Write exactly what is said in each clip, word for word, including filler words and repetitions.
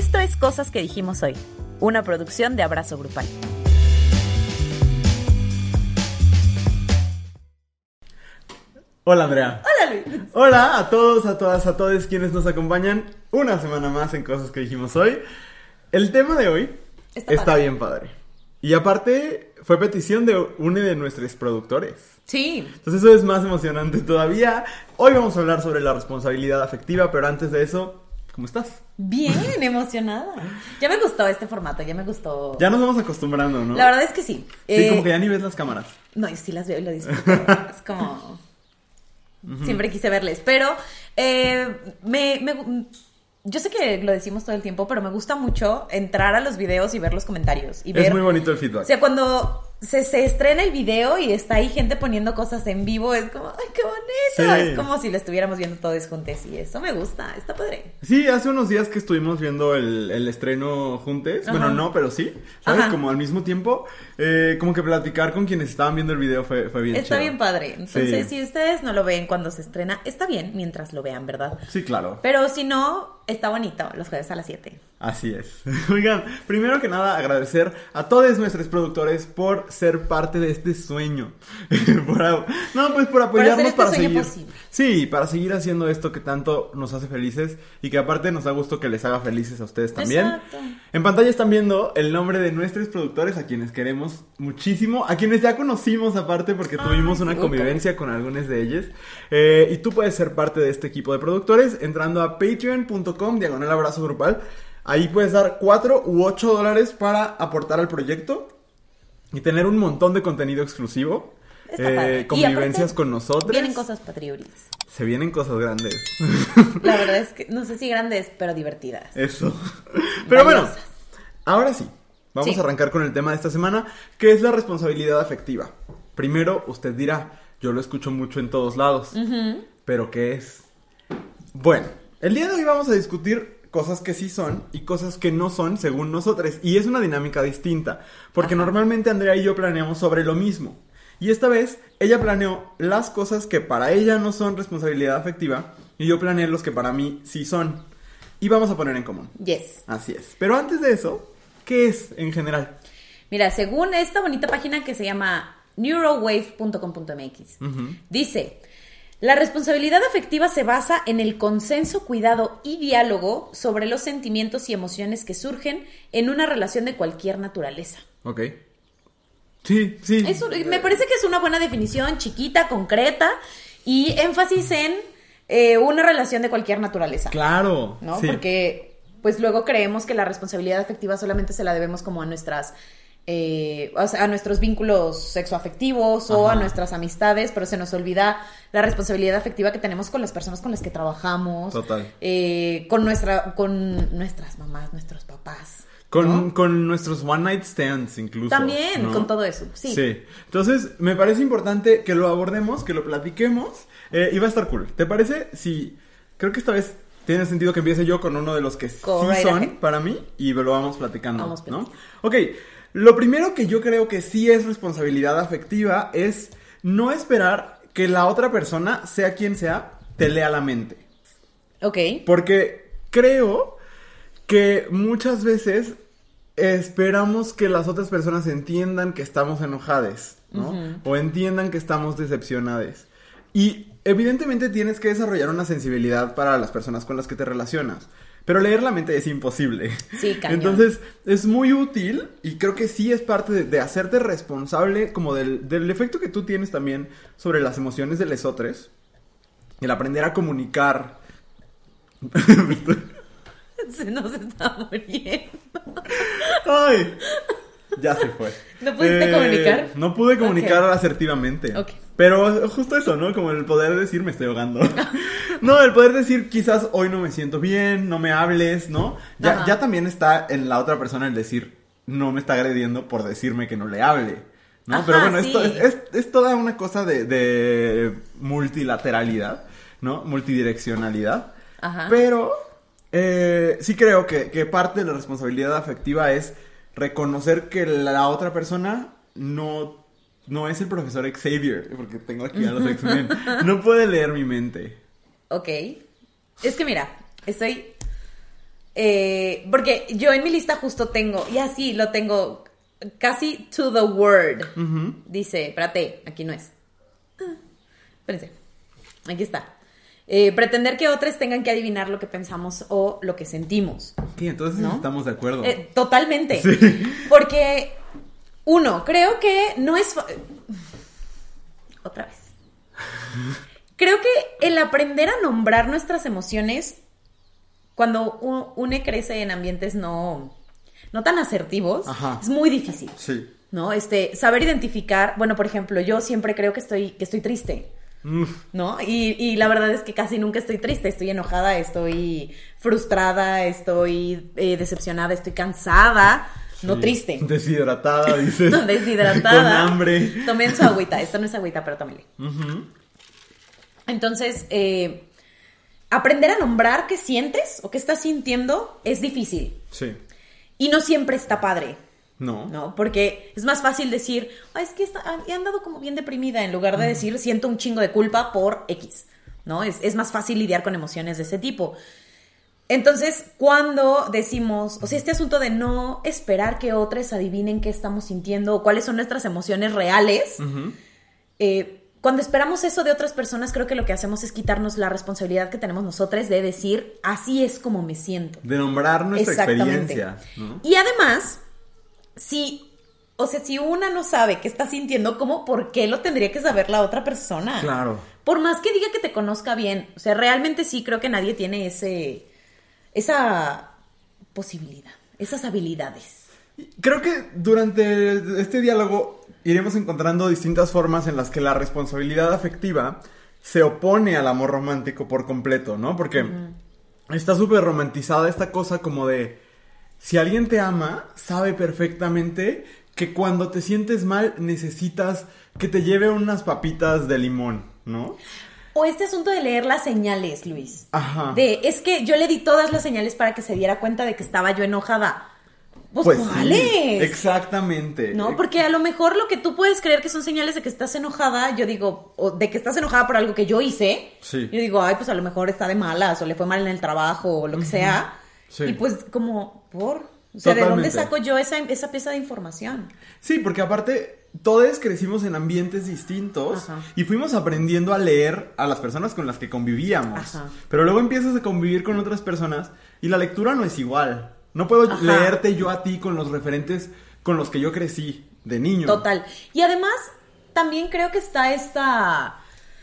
Esto es Cosas que dijimos hoy, una producción de Abrazo Grupal. Hola, Andrea. Hola, Luis. Hola a todos, a todas, a todos quienes nos acompañan una semana más en Cosas que dijimos hoy. El tema de hoy está, está padre. bien padre. Y aparte, fue petición de uno de nuestros productores. Sí. Entonces eso es más emocionante todavía. Hoy vamos a hablar sobre la responsabilidad afectiva, pero antes de eso, ¿cómo estás? Bien, emocionada. Ya me gustó este formato, ya me gustó. Ya nos vamos acostumbrando, ¿no? La verdad es que sí. Sí, eh... como que ya ni ves las cámaras. No, yo sí las veo y lo disfruto. Es como... Uh-huh. Siempre quise verles, pero eh, me, me, yo sé que lo decimos todo el tiempo, pero me gusta mucho entrar a los videos y ver los comentarios y ver, es muy bonito el feedback. O sea, cuando se, se estrena el video y está ahí gente poniendo cosas en vivo, es como, ¡ay, qué bonito! Sí. Es como si lo estuviéramos viendo todos juntos y eso me gusta, está padre. Sí, hace unos días que estuvimos viendo el, el estreno juntos, Ajá. bueno, no, pero sí, ¿sabes? Ajá. Como al mismo tiempo, eh, como que platicar con quienes estaban viendo el video fue, fue bien Está chido. bien padre, entonces sí. si ustedes no lo ven cuando se estrena, está bien mientras lo vean, ¿verdad? Sí, claro. Pero si no, está bonito, los jueves a las siete. Así es. Oigan, primero que nada agradecer a todos nuestros productores por ser parte de este sueño. por, no, pues por apoyarnos para, este para seguir. Posible. Sí, para seguir haciendo esto que tanto nos hace felices y que aparte nos da gusto que les haga felices a ustedes también. Exacto. En pantalla están viendo el nombre de nuestros productores, a quienes queremos muchísimo, a quienes ya conocimos aparte porque Ay, tuvimos una convivencia okay. con algunos de ellos. Eh, y tú puedes ser parte de este equipo de productores entrando a patreon punto com diagonal abrazo grupal. Ahí puedes dar cuatro u ocho dólares para aportar al proyecto y tener un montón de contenido exclusivo. Eh, convivencias con nosotros. Vienen cosas patriuris. Se vienen cosas grandes. La verdad es que, no sé si grandes, pero divertidas. Eso. Pero Valiosas. Bueno, ahora sí. Vamos sí. a arrancar con el tema de esta semana, que es la responsabilidad afectiva. Primero, usted dirá, yo lo escucho mucho en todos lados. Uh-huh. ¿Pero qué es? Bueno, el día de hoy vamos a discutir cosas que sí son y cosas que no son según nosotros. Y es una dinámica distinta, porque Ajá. normalmente Andrea y yo planeamos sobre lo mismo. Y esta vez ella planeó las cosas que para ella no son responsabilidad afectiva y yo planeé los que para mí sí son. Y vamos a poner en común. Yes. Así es. Pero antes de eso, ¿qué es en general? Mira, según esta bonita página que se llama neurowave punto com punto m x, uh-huh. dice... La responsabilidad afectiva se basa en el consenso, cuidado y diálogo sobre los sentimientos y emociones que surgen en una relación de cualquier naturaleza. Ok. Sí, sí. Eso, me parece que es una buena definición, chiquita, concreta y énfasis en eh, una relación de cualquier naturaleza. Claro. ¿No? Sí. Porque pues luego creemos que la responsabilidad afectiva solamente se la debemos como a nuestras... Eh, o sea, a nuestros vínculos sexoafectivos o Ajá. a nuestras amistades, pero se nos olvida la responsabilidad afectiva que tenemos con las personas con las que trabajamos. Total. Eh, con nuestra, con nuestras mamás, nuestros papás. Con, ¿no? con nuestros one night stands incluso. También, ¿no? con todo eso, sí. Sí. Entonces, me parece importante que lo abordemos, que lo platiquemos, eh, y va a estar cool. ¿Te parece? Sí. Creo que esta vez tiene sentido que empiece yo con uno de los que Go sí right son ahead. Para mí, y lo vamos platicando, vamos platicando. ¿No? Ok. Lo primero que yo creo que sí es responsabilidad afectiva es no esperar que la otra persona, sea quien sea, te lea la mente. Ok. Porque creo que muchas veces esperamos que las otras personas entiendan que estamos enojadas, ¿no? Uh-huh. O entiendan que estamos decepcionadas. Y evidentemente tienes que desarrollar una sensibilidad para las personas con las que te relacionas. Pero leer la mente es imposible. Sí, cañón. Entonces, es muy útil y creo que sí es parte de, de hacerte responsable como del, del efecto que tú tienes también sobre las emociones de los otros. El aprender a comunicar. Se nos está muriendo. Ay, ya se fue. ¿No pudiste eh, comunicar? No pude comunicar okay. asertivamente. Ok. Pero justo eso, ¿no? Como el poder decir, me estoy ahogando. No, el poder decir, quizás hoy no me siento bien, no me hables, ¿no? Ya, ya también está en la otra persona el decir, no me está agrediendo por decirme que no le hable, ¿no? Ajá, pero bueno, sí. esto es, es, es toda una cosa de, de multilateralidad, ¿no? Multidireccionalidad. Ajá. Pero eh, sí creo que, que parte de la responsabilidad afectiva es reconocer que la otra persona no... No es el profesor Xavier, porque tengo aquí a los X-Men. No puede leer mi mente. Ok. Es que mira, estoy... Eh, porque yo en mi lista justo tengo, y así lo tengo casi to the word. Uh-huh. Dice, espérate, aquí no es. Ah, espérense, aquí está. Eh, pretender que otros tengan que adivinar lo que pensamos o lo que sentimos. Sí, entonces ¿no? Estamos de acuerdo. Eh, totalmente. Sí. Porque, uno, creo que no es... Fa- Otra vez. Creo que el aprender a nombrar nuestras emociones... Cuando uno crece en ambientes no, no tan asertivos, Ajá. es muy difícil. Sí. ¿No? Este, saber identificar, bueno, por ejemplo, yo siempre creo que estoy, que estoy triste, mm. ¿no? Y, y la verdad es que casi nunca estoy triste, estoy enojada, estoy frustrada, estoy eh, decepcionada, estoy cansada, sí. no triste. Deshidratada, dices. No, deshidratada. Con hambre. Tomen su agüita, esto no es agüita, pero tómenle. Uh-huh. Entonces, eh... aprender a nombrar qué sientes o qué estás sintiendo es difícil. Sí. Y no siempre está padre. No. No, porque es más fácil decir, ay, es que está, he andado como bien deprimida, en lugar de mm. decir, siento un chingo de culpa por X. ¿No? Es, es más fácil lidiar con emociones de ese tipo. Entonces, cuando decimos, o sea, este asunto de no esperar que otros adivinen qué estamos sintiendo o cuáles son nuestras emociones reales, uh-huh. eh, cuando esperamos eso de otras personas, creo que lo que hacemos es quitarnos la responsabilidad que tenemos nosotros de decir, así es como me siento. De nombrar nuestra experiencia, ¿no? Y además, si, o sea, si una no sabe qué está sintiendo, ¿cómo, por qué lo tendría que saber la otra persona? Claro. Por más que diga que te conozca bien, o sea, realmente sí creo que nadie tiene ese, esa posibilidad, esas habilidades. Creo que durante este diálogo iremos encontrando distintas formas en las que la responsabilidad afectiva se opone al amor romántico por completo, ¿no? Porque uh-huh. está súper romantizada esta cosa como de... Si alguien te ama, sabe perfectamente que cuando te sientes mal necesitas que te lleve unas papitas de limón, ¿no? O este asunto de leer las señales, Luis. Ajá. De, es que yo le di todas las señales para que se diera cuenta de que estaba yo enojada. Pues, pues ¿cuáles? Sí, exactamente. No, porque a lo mejor lo que tú puedes creer que son señales de que estás enojada, yo digo, o de que estás enojada por algo que yo hice, sí. yo digo, ay, pues a lo mejor está de malas, o le fue mal en el trabajo, o lo que uh-huh. sea, sí. y pues como, ¿por? O sea, Totalmente. ¿De dónde saco yo esa, esa pieza de información? Sí, porque aparte, todos crecimos en ambientes distintos, Ajá. y fuimos aprendiendo a leer a las personas con las que convivíamos, Ajá. pero luego empiezas a convivir con otras personas, y la lectura no es igual. No puedo Ajá. leerte yo a ti con los referentes con los que yo crecí de niño. Total. Y además, también creo que está esta...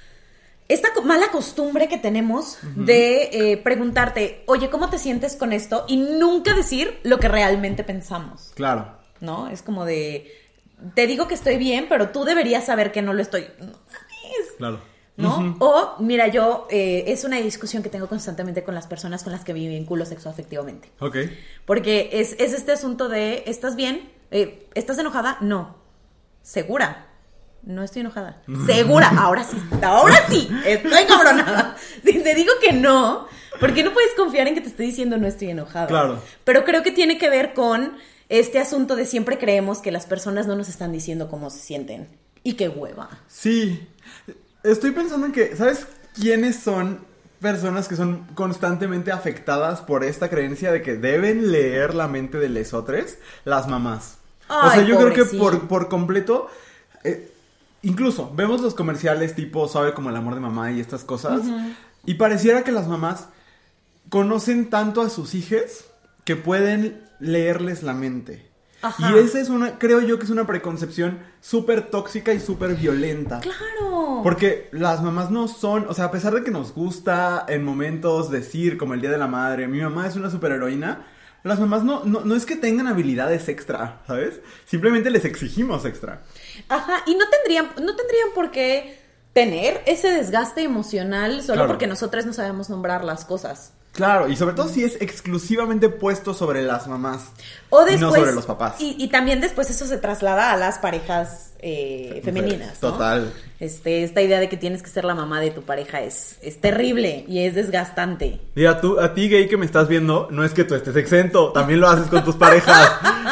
Esta mala costumbre que tenemos uh-huh. de eh, preguntarte, oye, ¿cómo te sientes con esto? Y nunca decir lo que realmente pensamos. Claro. ¿No? Es como de... Te digo que estoy bien, pero tú deberías saber que no lo estoy. No mames. Claro. ¿No? Uh-huh. O, mira, yo, eh, es una discusión que tengo constantemente con las personas con las que me vinculo sexoafectivamente. Ok. Porque es, es este asunto de, ¿estás bien? Eh, ¿Estás enojada? No. ¿Segura? No estoy enojada. ¿Segura? Ahora sí, ahora sí, estoy cabronada. Si te digo que no, ¿por qué no puedes confiar en que te estoy diciendo no estoy enojada? Claro. Pero creo que tiene que ver con este asunto de siempre creemos que las personas no nos están diciendo cómo se sienten. Y qué hueva. Sí. Estoy pensando en que, ¿sabes quiénes son personas que son constantemente afectadas por esta creencia de que deben leer la mente de lesotres? Las mamás. Ay, o sea, yo pobre, creo que sí. por, por completo, eh, incluso vemos los comerciales tipo Sabe como el amor de mamá y estas cosas, uh-huh. y pareciera que las mamás conocen tanto a sus hijos que pueden leerles la mente. Ajá. Y esa es una, creo yo que es una preconcepción súper tóxica y súper violenta. ¡Claro! Porque las mamás no son, o sea, a pesar de que nos gusta en momentos decir, como el Día de la Madre, mi mamá es una superheroína, las mamás no, no, no es que tengan habilidades extra, ¿sabes? Simplemente les exigimos extra. Ajá, y no tendrían, no tendrían por qué tener ese desgaste emocional solo claro. porque nosotras no sabemos nombrar las cosas. Claro, y sobre todo si es exclusivamente puesto sobre las mamás o después, y no sobre los papás. Y, y también después eso se traslada a las parejas eh, femeninas, ¿no? Total. Este, esta idea de que tienes que ser la mamá de tu pareja es, es terrible y es desgastante. Y a, tú, a ti, gay, que me estás viendo, no es que tú estés exento, también lo haces con tus parejas.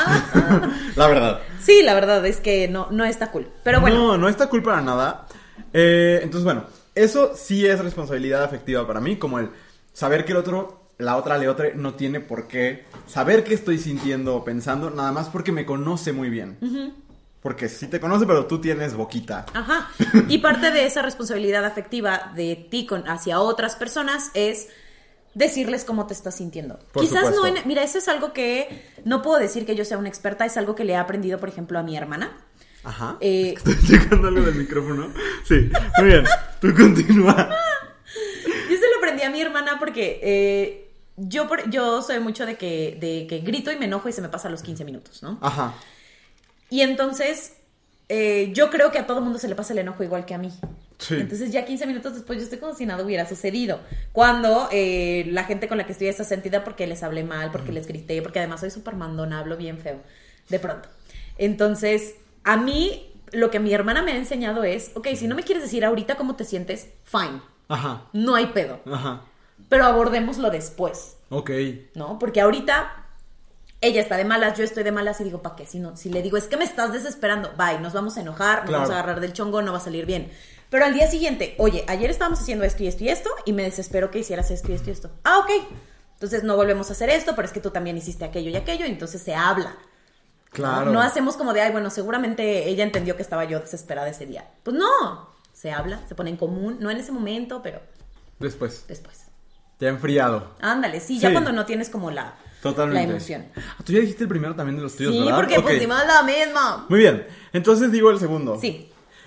La verdad. Sí, la verdad es que no, no está cool, pero bueno. No, no está cool para nada. Eh, entonces, bueno, eso sí es responsabilidad afectiva para mí, como el... saber que el otro la otra leotre no tiene por qué saber qué estoy sintiendo o pensando, nada más porque me conoce muy bien. Uh-huh. Porque sí te conoce, pero tú tienes boquita. Ajá. Y parte de esa responsabilidad afectiva de ti con, hacia otras personas es decirles cómo te estás sintiendo. Por Quizás supuesto. no en... Mira, eso es algo que no puedo decir que yo sea una experta, es algo que le he aprendido, por ejemplo, a mi hermana. Ajá. Eh... Estoy checando algo del micrófono. Sí, muy bien. Tú continúa. Yo se lo aprendí a mi hermana porque eh, yo, yo soy mucho de que, de que grito y me enojo y se me pasa a los quince minutos, ¿no? Ajá. Y entonces, eh, yo creo que a todo mundo se le pasa el enojo igual que a mí. Sí. Entonces ya quince minutos después yo estoy como si nada hubiera sucedido. Cuando eh, la gente con la que estoy está sentida porque les hablé mal, porque les grité, porque además soy súper mandona, hablo bien feo, de pronto. Entonces, a mí, lo que mi hermana me ha enseñado es, ok, si no me quieres decir ahorita cómo te sientes, fine. Ajá. No hay pedo. Ajá. Pero abordémoslo después. Ok. ¿No? Porque ahorita... Ella está de malas, yo estoy de malas y digo, ¿para qué? Si, no, si le digo, es que me estás desesperando, bye, nos vamos a enojar, nos claro. vamos a agarrar del chongo, no va a salir bien. Pero al día siguiente, oye, ayer estábamos haciendo esto y esto y esto y me desespero que hicieras esto y esto y esto. Ah, ok. Entonces no volvemos a hacer esto, pero es que tú también hiciste aquello y aquello y entonces se habla. Claro. No, no hacemos como de, ay, bueno, seguramente ella entendió que estaba yo desesperada ese día. Pues no, se habla, se pone en común, no en ese momento, pero... Después. Después. Ya enfriado. Ándale, sí, sí, ya cuando no tienes como la... Totalmente. La emoción. Ah, tú ya dijiste el primero también de los tuyos, sí, ¿verdad? Sí, porque okay. pusimos la misma. Muy bien. Entonces digo el segundo. Sí.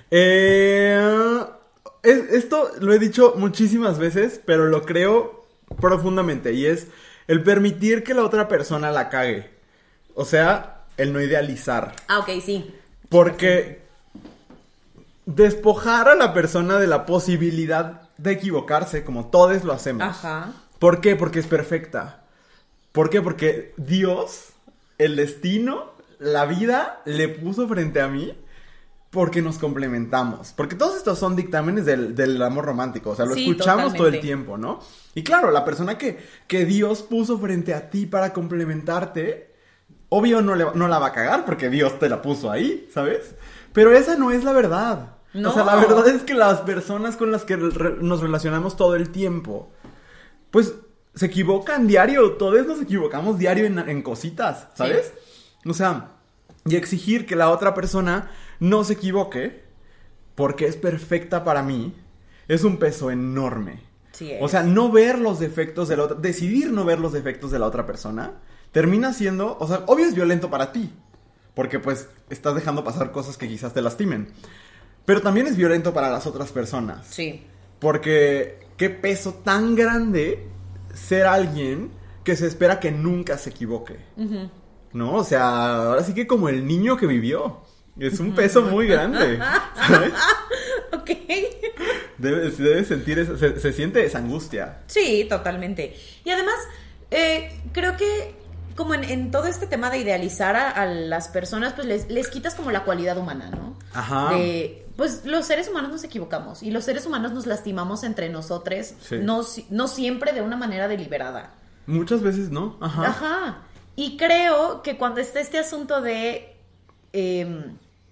Eh, es, esto lo he dicho muchísimas veces, pero lo creo profundamente. Y es el permitir que la otra persona la cague. O sea, el no idealizar. Ah, ok, sí. Porque despojar a la persona de la posibilidad de equivocarse, como todos lo hacemos. Ajá. ¿Por qué? Porque es perfecta. ¿Por qué? Porque Dios, el destino, la vida, le puso frente a mí porque nos complementamos. Porque todos estos son dictámenes del, del amor romántico. O sea, lo sí, escuchamos totalmente. todo el tiempo, ¿no? Y claro, la persona que, que Dios puso frente a ti para complementarte, obvio no, le, no la va a cagar porque Dios te la puso ahí, ¿sabes? Pero esa no es la verdad. No. O sea, la verdad es que las personas con las que re- nos relacionamos todo el tiempo, pues... se equivocan diario, todos nos equivocamos diario en, en cositas, ¿sabes? Sí. O sea, y exigir que la otra persona no se equivoque porque es perfecta para mí es un peso enorme. Sí es. O sea, no ver los defectos de la otra, decidir no ver los defectos de la otra persona, termina siendo, o sea, obvio es violento para ti, porque pues estás dejando pasar cosas que quizás te lastimen, pero también es violento para las otras personas. Sí. Porque qué peso tan grande... ser alguien que se espera que nunca se equivoque, uh-huh. ¿no? O sea, ahora sí que como el niño que vivió. Es un peso muy grande, ¿sabes? Ok. Debes, debes sentir, esa, se, se siente esa angustia. Sí, totalmente. Y además, eh, creo que como en, en todo este tema de idealizar a, a las personas, pues les, les quitas como la cualidad humana, ¿no? Ajá. De... Pues los seres humanos nos equivocamos y los seres humanos nos lastimamos entre nosotros, sí. no, no siempre de una manera deliberada. Muchas veces no, ajá. Ajá. Y creo que cuando está este asunto de eh,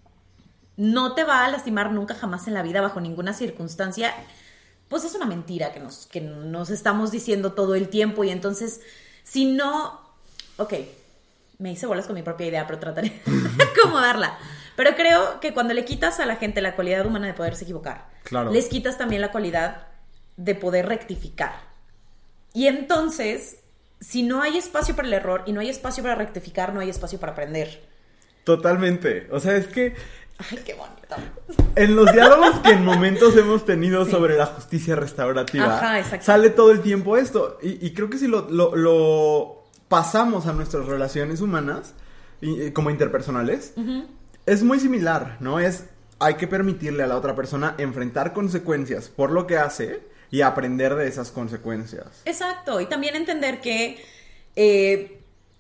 no te va a lastimar nunca jamás en la vida bajo ninguna circunstancia, pues es una mentira que nos, que nos estamos diciendo todo el tiempo y entonces si no... Ok, me hice bolas con mi propia idea, pero trataré de acomodarla. Pero creo que cuando le quitas a la gente la cualidad humana de poderse equivocar, claro. les quitas también la cualidad de poder rectificar. Y entonces, si no hay espacio para el error y no hay espacio para rectificar, no hay espacio para aprender. Totalmente. O sea, es que... Ay, qué bonito. En los diálogos que en momentos hemos tenido sí. sobre la justicia restaurativa, Ajá, sale todo el tiempo esto. Y, y creo que si lo, lo, lo pasamos a nuestras relaciones humanas, y, como interpersonales... Uh-huh. Es muy similar, ¿no? Es, hay que permitirle a la otra persona enfrentar consecuencias por lo que hace y aprender de esas consecuencias. Exacto, y también entender que eh,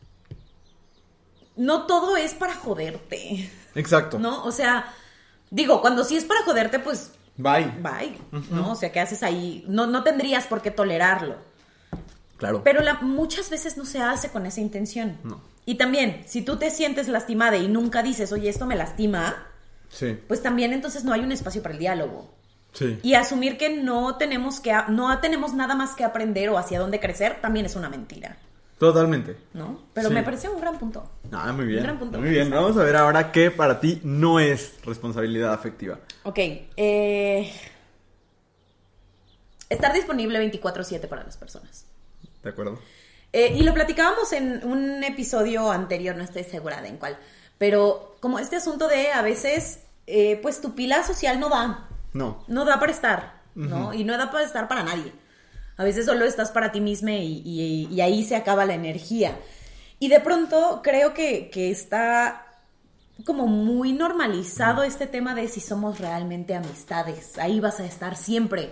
no todo es para joderte. Exacto. ¿No? O sea, digo, cuando sí es para joderte, pues... Bye. Bye, Uh-huh. ¿no? O sea, ¿qué haces ahí? No, no tendrías por qué tolerarlo. Claro. Pero la, muchas veces no se hace con esa intención. No. Y también, si tú te sientes lastimada y nunca dices, oye, esto me lastima, sí. pues también entonces no hay un espacio para el diálogo. Sí. Y asumir que no tenemos que no tenemos nada más que aprender o hacia dónde crecer también es una mentira. Totalmente. ¿No? Pero sí. me parece un gran punto. Ah, muy bien. Un gran punto. Muy bien. Vamos a ver ahora qué para ti no es responsabilidad afectiva. Ok. Eh... Estar disponible veinticuatro siete para las personas. De acuerdo. Eh, y lo platicábamos en un episodio anterior, no estoy segura de en cuál. Pero como este asunto de a veces, eh, pues tu pila social no da. No. No da para estar, ¿no? Uh-huh. Y no da para estar para nadie. A veces solo estás para ti misma y, y, y ahí se acaba la energía. Y de pronto creo que, que está como muy normalizado uh-huh. este tema de si somos realmente amistades. Ahí vas a estar siempre.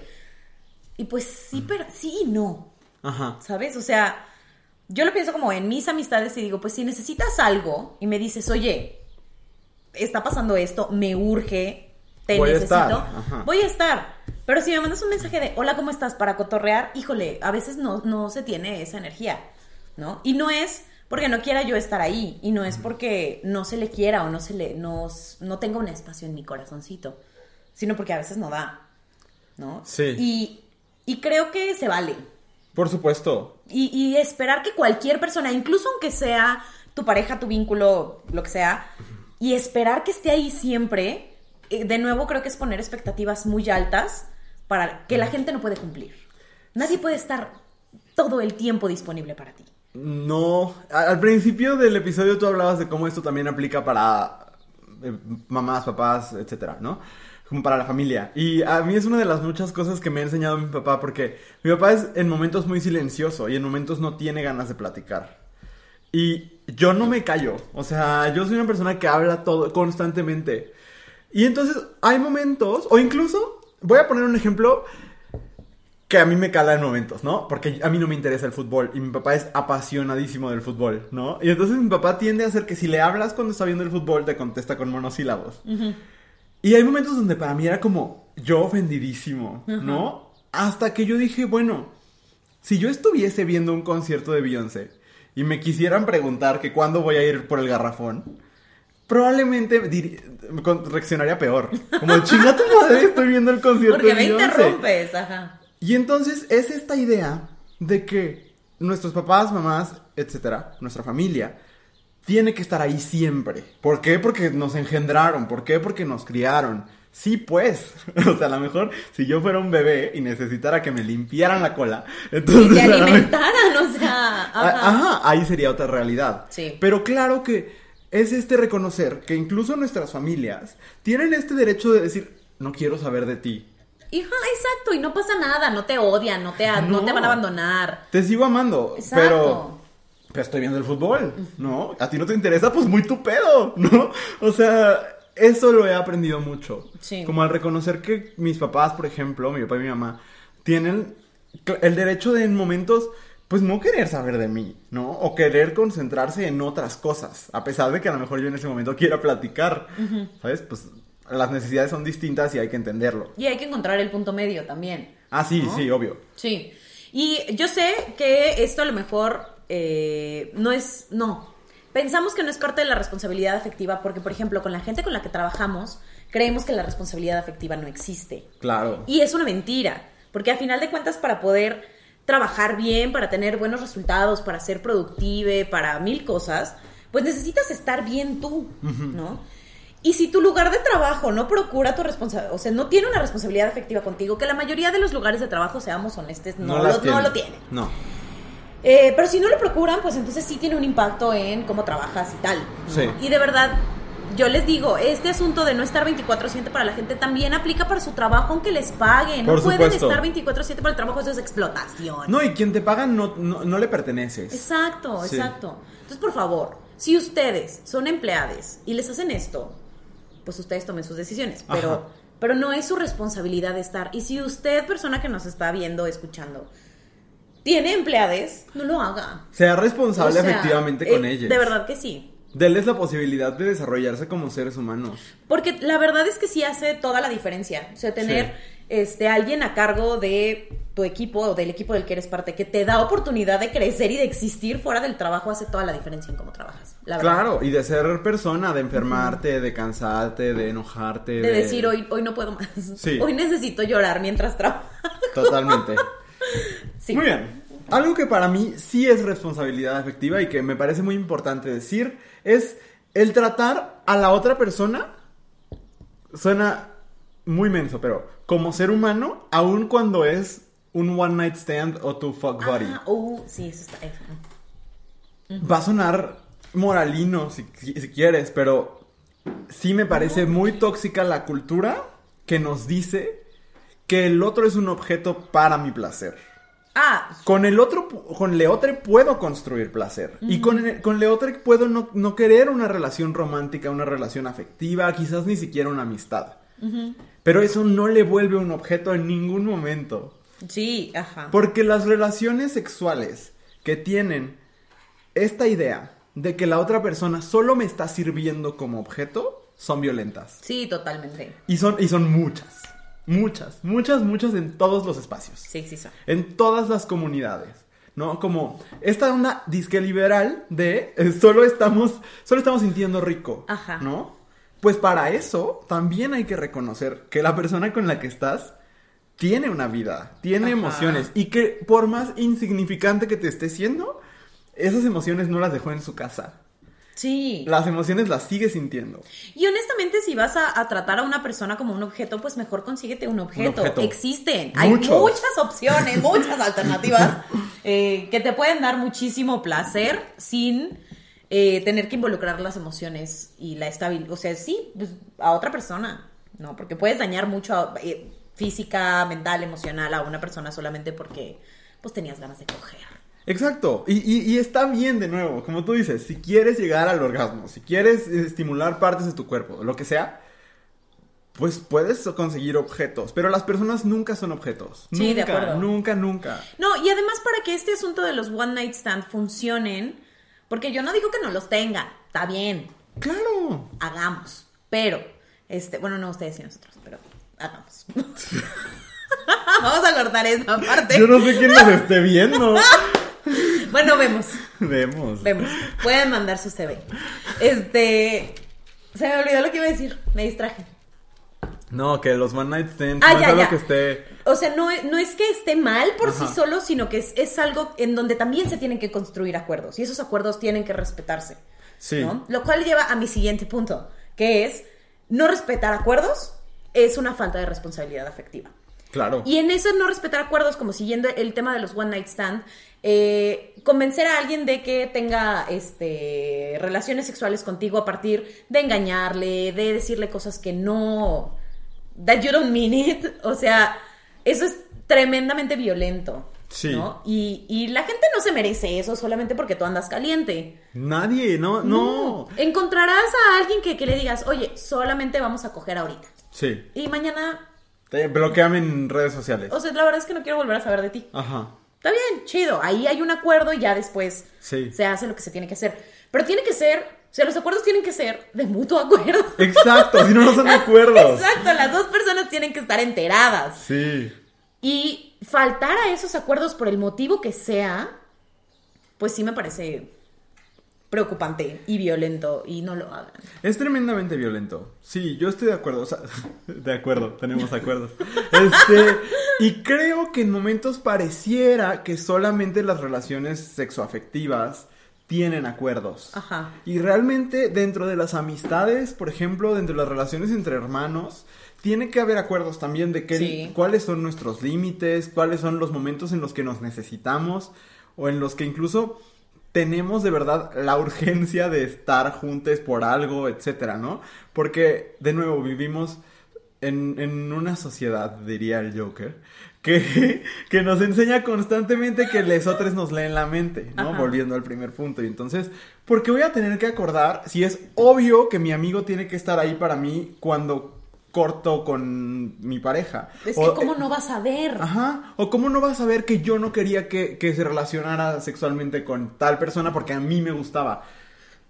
Y pues sí, uh-huh. pero sí y no. Ajá. ¿Sabes? O sea, yo lo pienso como en mis amistades y digo, pues si necesitas algo y me dices, oye, está pasando esto, me urge... Te voy necesito, a estar. voy a estar. Pero si me mandas un mensaje de hola, ¿cómo estás? Para cotorrear, híjole, a veces no, no se tiene esa energía, ¿no? Y no es porque no quiera yo estar ahí, y no es porque no se le quiera o no se le, no, no tenga un espacio en mi corazoncito, sino porque a veces no da, ¿no? Sí. Y, y creo que se vale. Por supuesto. Y, y esperar que cualquier persona, incluso aunque sea tu pareja, tu vínculo, lo que sea, y esperar que esté ahí siempre... De nuevo, creo que es poner expectativas muy altas para que la gente no puede cumplir. Nadie puede estar todo el tiempo disponible para ti. No. Al principio del episodio tú hablabas de cómo esto también aplica para eh, mamás, papás, etcétera, ¿no? Como para la familia. Y a mí es una de las muchas cosas que me ha enseñado mi papá, porque mi papá es en momentos muy silencioso y en momentos no tiene ganas de platicar. Y yo no me callo. O sea, yo soy una persona que habla todo constantemente. Y entonces hay momentos, o incluso, voy a poner un ejemplo que a mí me cala en momentos, ¿no? Porque a mí no me interesa el fútbol y mi papá es apasionadísimo del fútbol, ¿no? Y entonces mi papá tiende a hacer que si le hablas cuando está viendo el fútbol, te contesta con monosílabos. Uh-huh. Y hay momentos donde para mí era como yo ofendidísimo, uh-huh. ¿no? Hasta que yo dije, bueno, si yo estuviese viendo un concierto de Beyoncé y me quisieran preguntar que cuándo voy a ir por el garrafón... Probablemente dir- reaccionaría peor. Como, chinga tu madre, estoy viendo el concierto Porque de me Beyoncé. interrumpes, ajá. Y entonces es esta idea de que nuestros papás, mamás, etcétera, nuestra familia, tiene que estar ahí siempre. ¿Por qué? Porque nos engendraron. ¿Por qué? Porque nos criaron. Sí, pues. O sea, a lo mejor si yo fuera un bebé y necesitara que me limpiaran la cola, entonces... Y te alimentaran, o sea... Ajá. Ajá, ahí sería otra realidad. Sí. Pero claro que... es este reconocer que incluso nuestras familias tienen este derecho de decir, no quiero saber de ti. Hija, exacto, y no pasa nada, no te odian, no te, no. no te van a abandonar. Te sigo amando, exacto. pero, pero estoy viendo el fútbol, ¿no? A ti no te interesa, pues muy tu pedo, ¿no? O sea, eso lo he aprendido mucho. Sí. Como al reconocer que mis papás, por ejemplo, mi papá y mi mamá, tienen el derecho de en momentos... pues no querer saber de mí, ¿no? O querer concentrarse en otras cosas, a pesar de que a lo mejor yo en ese momento quiera platicar, uh-huh. ¿sabes? Pues las necesidades son distintas y hay que entenderlo. Y hay que encontrar el punto medio también. Ah, sí, ¿no? Sí, obvio. Sí. Y yo sé que esto a lo mejor eh, no es... No. Pensamos que no es parte de la responsabilidad afectiva porque, por ejemplo, con la gente con la que trabajamos, creemos que la responsabilidad afectiva no existe. Claro. Y es una mentira, porque a final de cuentas para poder... trabajar bien, para tener buenos resultados, para ser productive, para mil cosas, pues necesitas estar bien tú, uh-huh. ¿no? Y si tu lugar de trabajo no procura tu responsabilidad, o sea, no tiene una responsabilidad efectiva contigo, que la mayoría de los lugares de trabajo, seamos honestos, no, no, lo, no lo tienen. No. Eh, pero si no lo procuran, pues entonces sí tiene un impacto en cómo trabajas y tal, ¿no? Sí. Y de verdad... yo les digo, este asunto de no estar veinticuatro siete para la gente también aplica para su trabajo, aunque les paguen. No Por pueden supuesto. estar veinticuatro siete para el trabajo, eso es explotación. No, y quien te paga no, no, no le perteneces. Exacto, sí. exacto. Entonces, por favor, si ustedes son empleados y les hacen esto, pues ustedes tomen sus decisiones. Pero, pero no es su responsabilidad estar. Y si usted, persona que nos está viendo, escuchando, tiene empleados, no lo haga. Sea responsable o sea, efectivamente eh, con ellos. De verdad que sí. Denles la posibilidad de desarrollarse como seres humanos. Porque la verdad es que sí hace toda la diferencia. O sea, tener sí. este alguien a cargo de tu equipo o del equipo del que eres parte, que te da oportunidad de crecer y de existir fuera del trabajo, hace toda la diferencia en cómo trabajas. La verdad. Claro, y de ser persona, de enfermarte, uh-huh. de cansarte, de enojarte. De, de decir, hoy, hoy no puedo más. Sí. Hoy necesito llorar mientras trabajo. Totalmente. Sí. Muy bien. Algo que para mí sí es responsabilidad afectiva y que me parece muy importante decir es el tratar a la otra persona, suena muy menso, pero como ser humano, aun cuando es un one night stand o tu fuck buddy. Ah, uh, sí, eso está. Eso. Uh-huh. Va a sonar moralino si, si quieres, pero sí me parece muy tóxica la cultura que nos dice que el otro es un objeto para mi placer. Ah. Con el otro, con le otro puedo construir placer. Uh-huh. Y con, el, con le otro puedo no, no querer una relación romántica, una relación afectiva, quizás ni siquiera una amistad. Uh-huh. Pero eso no le vuelve un objeto en ningún momento. Sí, ajá. Porque las relaciones sexuales que tienen esta idea de que la otra persona solo me está sirviendo como objeto son violentas. Sí, totalmente. Y son, y son muchas. Muchas, muchas, muchas en todos los espacios. Sí, sí, sí. En todas las comunidades, ¿no? Como esta onda disque liberal de eh, solo estamos, solo estamos sintiendo rico, ajá. ¿no? Pues para eso también hay que reconocer que la persona con la que estás tiene una vida, tiene ajá. emociones y que por más insignificante que te esté siendo, esas emociones no las dejó en su casa. Sí. Las emociones las sigues sintiendo. Y honestamente, si vas a, a tratar a una persona como un objeto, pues mejor consíguete un objeto. Un objeto. Existen. Hay Muchos. muchas opciones, muchas alternativas eh, que te pueden dar muchísimo placer sin eh, tener que involucrar las emociones y la estabilidad. O sea, sí, pues, a otra persona, ¿no? Porque puedes dañar mucho a, eh, física, mental, emocional a una persona solamente porque pues tenías ganas de coger. Exacto, y, y, y está bien de nuevo, como tú dices, si quieres llegar al orgasmo, si quieres estimular partes de tu cuerpo, lo que sea, pues puedes conseguir objetos, pero las personas nunca son objetos. Sí, nunca, de acuerdo. Nunca, nunca. No, y además para que este asunto de los one night stand funcionen, porque yo no digo que no los tengan, está bien. Claro. Hagamos, pero, este, bueno, no ustedes y nosotros, pero hagamos. Vamos a cortar esa parte. Yo no sé quién nos esté viendo. Bueno, vemos. Vemos. Vemos. Pueden mandar su C V. Este... Se me olvidó lo que iba a decir. Me distraje. No, que los one night stands ah, no ya, es algo ya. que esté... O sea, no, no es que esté mal por Ajá. sí solo, sino que es, es algo en donde también se tienen que construir acuerdos. Y esos acuerdos tienen que respetarse. Sí. ¿No? Lo cual lleva a mi siguiente punto, que es no respetar acuerdos es una falta de responsabilidad afectiva. Claro. Y en eso no respetar acuerdos, como siguiendo el tema de los one night stand, eh, convencer a alguien de que tenga este relaciones sexuales contigo a partir de engañarle, de decirle cosas que no, that you don't mean it, o sea, eso es tremendamente violento. Sí. ¿No? Y, y la gente no se merece eso solamente porque tú andas caliente. Nadie, no, no. no. Encontrarás a alguien que, que le digas, oye, solamente vamos a coger ahorita. Sí. Y mañana... Te bloqueame en redes sociales. O sea, la verdad es que no quiero volver a saber de ti. Ajá. Está bien, chido. Ahí hay un acuerdo y ya después sí. se hace lo que se tiene que hacer. Pero tiene que ser... O sea, los acuerdos tienen que ser de mutuo acuerdo. Exacto, si no, no son acuerdos. Exacto, las dos personas tienen que estar enteradas. Sí. Y faltar a esos acuerdos por el motivo que sea, pues sí me parece preocupante y violento, y no lo hagan. Es tremendamente violento. Sí, yo estoy de acuerdo. O sea, de acuerdo, tenemos acuerdos. Este, y creo que en momentos pareciera que solamente las relaciones sexoafectivas tienen acuerdos. Ajá. Y realmente dentro de las amistades, por ejemplo, dentro de las relaciones entre hermanos, tiene que haber acuerdos también de qué, sí. cuáles son nuestros límites, cuáles son los momentos en los que nos necesitamos o en los que incluso tenemos de verdad la urgencia de estar juntos por algo, etcétera, ¿no? Porque, de nuevo, vivimos en, en una sociedad, diría el Joker, que, que nos enseña constantemente que los otros nos leen la mente, ¿no? Ajá. Volviendo al primer punto. Y entonces, ¿por qué voy a tener que acordar si es obvio que mi amigo tiene que estar ahí para mí cuando corto con mi pareja? Es o, que cómo no vas a ver. Ajá, o cómo no vas a ver que yo no quería que, que se relacionara sexualmente con tal persona porque a mí me gustaba.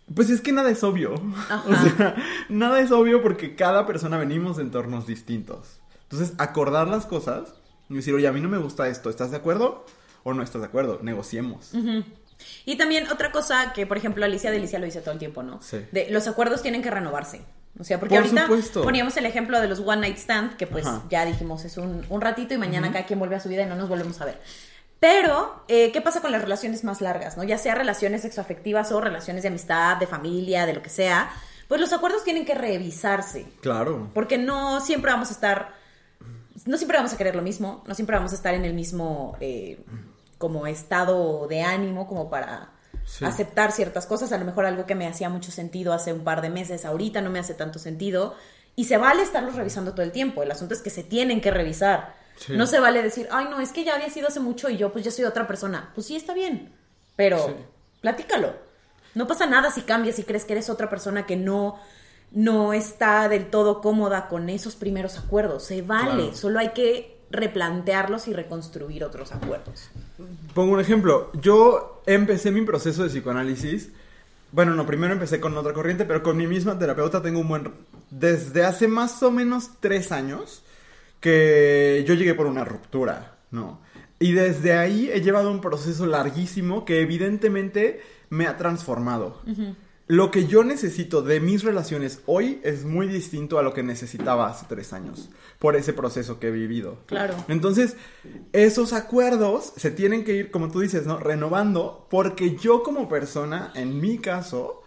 Pues es que nada es obvio. Ajá. O sea, nada es obvio porque cada persona venimos de entornos distintos. Entonces, acordar las cosas y decir, oye, a mí no me gusta esto, ¿estás de acuerdo? O no estás de acuerdo, negociemos. Uh-huh. Y también otra cosa que, por ejemplo, Alicia Delicia lo dice todo el tiempo, ¿no? Sí. De, los acuerdos tienen que renovarse. O sea, porque por ahorita supuesto. Poníamos el ejemplo de los one night stand, que pues Ajá. ya dijimos, es un, un ratito y mañana uh-huh. cada quien vuelve a su vida y no nos volvemos a ver. Pero, eh, ¿qué pasa con las relaciones más largas, no? Ya sea relaciones sexoafectivas o relaciones de amistad, de familia, de lo que sea, pues los acuerdos tienen que revisarse. Claro. Porque no siempre vamos a estar, no siempre vamos a querer lo mismo, no siempre vamos a estar en el mismo eh, como estado de ánimo como para sí. aceptar ciertas cosas. A lo mejor algo que me hacía mucho sentido hace un par de meses, ahorita no me hace tanto sentido. Y se vale estarlos revisando todo el tiempo. El asunto es que se tienen que revisar. Sí. No se vale decir, ay, no, es que ya había sido hace mucho y yo pues ya soy otra persona. Pues sí, está bien, pero sí. platícalo. No pasa nada si cambias y crees que eres otra persona que no, no está del todo cómoda con esos primeros acuerdos. Se vale, claro. Solo hay que replantearlos y reconstruir otros acuerdos. Pongo un ejemplo. Yo empecé mi proceso de psicoanálisis. Bueno, no, primero empecé con otra corriente, pero con mi misma terapeuta tengo un buen... Desde hace más o menos tres años... que yo llegué por una ruptura, ¿no? Y desde ahí he llevado un proceso larguísimo que evidentemente me ha transformado. Uh-huh. Lo que yo necesito de mis relaciones hoy es muy distinto a lo que necesitaba hace tres años, por ese proceso que he vivido. Claro. Entonces, esos acuerdos se tienen que ir, como tú dices, ¿no? Renovando, porque yo como persona, en mi caso...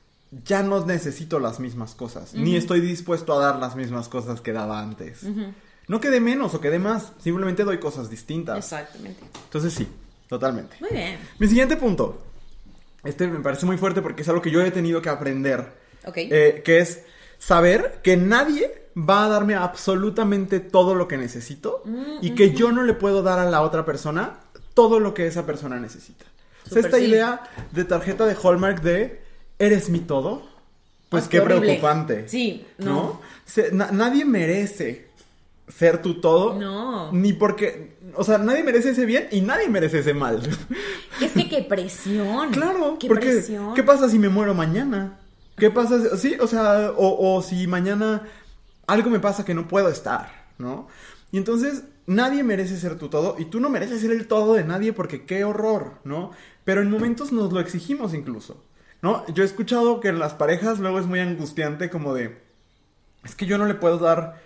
ya no necesito las mismas cosas, uh-huh. ni estoy dispuesto a dar las mismas cosas que daba antes. Uh-huh. No que dé menos o que dé más, simplemente doy cosas distintas. Exactamente. Entonces sí, totalmente. Muy bien. Mi siguiente punto, este me parece muy fuerte porque es algo que yo he tenido que aprender. Ok. Eh, que es saber que nadie va a darme absolutamente todo lo que necesito uh-huh. y que yo no le puedo dar a la otra persona todo lo que esa persona necesita. Super, o sea, esta sí. idea de tarjeta de Hallmark de... ¿eres mi todo? Pues oh, qué, qué preocupante. Sí, no. ¿no? Se, na, nadie merece ser tu todo. No. Ni porque... O sea, nadie merece ese bien y nadie merece ese mal. Es que qué presión. Claro. Qué porque, presión. ¿qué pasa si me muero mañana? ¿Qué pasa? Si, sí, o sea, o, o si mañana algo me pasa que no puedo estar, ¿no? Y entonces, nadie merece ser tu todo y tú no mereces ser el todo de nadie porque qué horror, ¿no? Pero en momentos nos lo exigimos incluso. ¿No? Yo he escuchado que en las parejas luego es muy angustiante como de... Es que yo no le puedo dar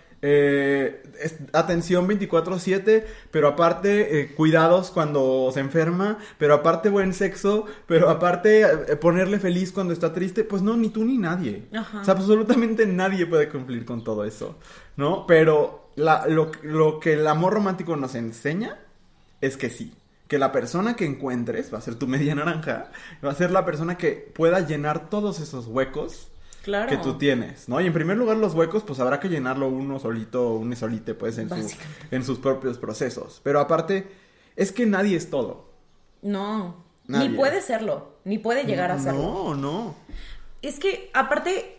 eh, es, atención veinticuatro siete, pero aparte eh, cuidados cuando se enferma, pero aparte buen sexo, pero aparte eh, ponerle feliz cuando está triste. Pues no, ni tú ni nadie. Ajá. O sea, absolutamente nadie puede cumplir con todo eso, ¿no? Pero la, lo, lo que el amor romántico nos enseña es que sí. Que la persona que encuentres va a ser tu media naranja, va a ser la persona que pueda llenar todos esos huecos claro. que tú tienes, ¿no? Y en primer lugar los huecos, pues habrá que llenarlo uno solito, un solite, pues en, su, en sus propios procesos. Pero aparte, es que nadie es todo. No, nadie. Ni puede serlo, ni puede llegar a serlo. No, no. Es que, aparte,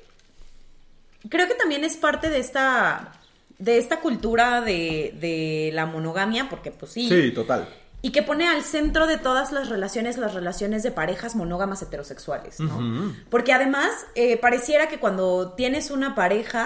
creo que también es parte de esta, de esta cultura de, de la monogamia, porque pues sí. Sí, total. Y que pone al centro de todas las relaciones, las relaciones de parejas monógamas heterosexuales, ¿no? Uh-huh. Porque además, eh, pareciera que cuando tienes una pareja,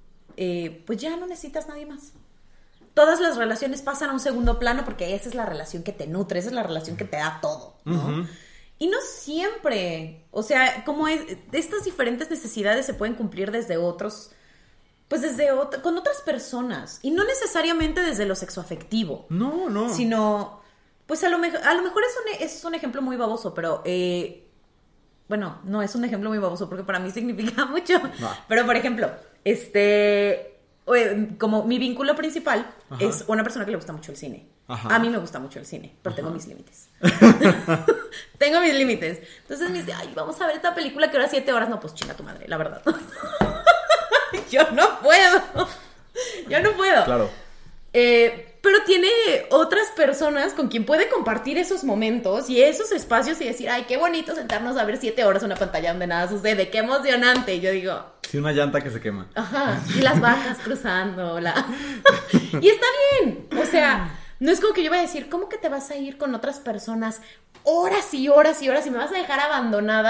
eh, pues ya no necesitas nadie más. Todas las relaciones pasan a un segundo plano porque esa es la relación que te nutre, esa es la relación que te da todo, ¿no? Uh-huh. Y no siempre, o sea, como es, estas diferentes necesidades se pueden cumplir desde otros... Pues desde otra, con otras personas. Y no necesariamente desde lo sexoafectivo. No, no. Sino... Pues a lo, me- a lo mejor es un, es un ejemplo muy baboso, pero... Eh, bueno, no es un ejemplo muy baboso porque para mí significa mucho. No. Pero, por ejemplo, este... Como mi vínculo principal Ajá. es una persona que le gusta mucho el cine. Ajá. A mí me gusta mucho el cine, pero Ajá. tengo mis límites. Tengo mis límites. Entonces me dice, ay, vamos a ver esta película que dura siete horas. No, pues chinga tu madre, la verdad. Yo no puedo. Yo no puedo. Claro. Eh... Pero tiene otras personas con quien puede compartir esos momentos y esos espacios y decir, ay, qué bonito sentarnos a ver siete horas una pantalla donde nada sucede, qué emocionante. Y yo digo... Sí, una llanta que se quema. Ajá, y las vacas cruzando, la... Y está bien, o sea, no es como que yo voy a decir, ¿cómo que te vas a ir con otras personas horas y horas y horas y me vas a dejar abandonada?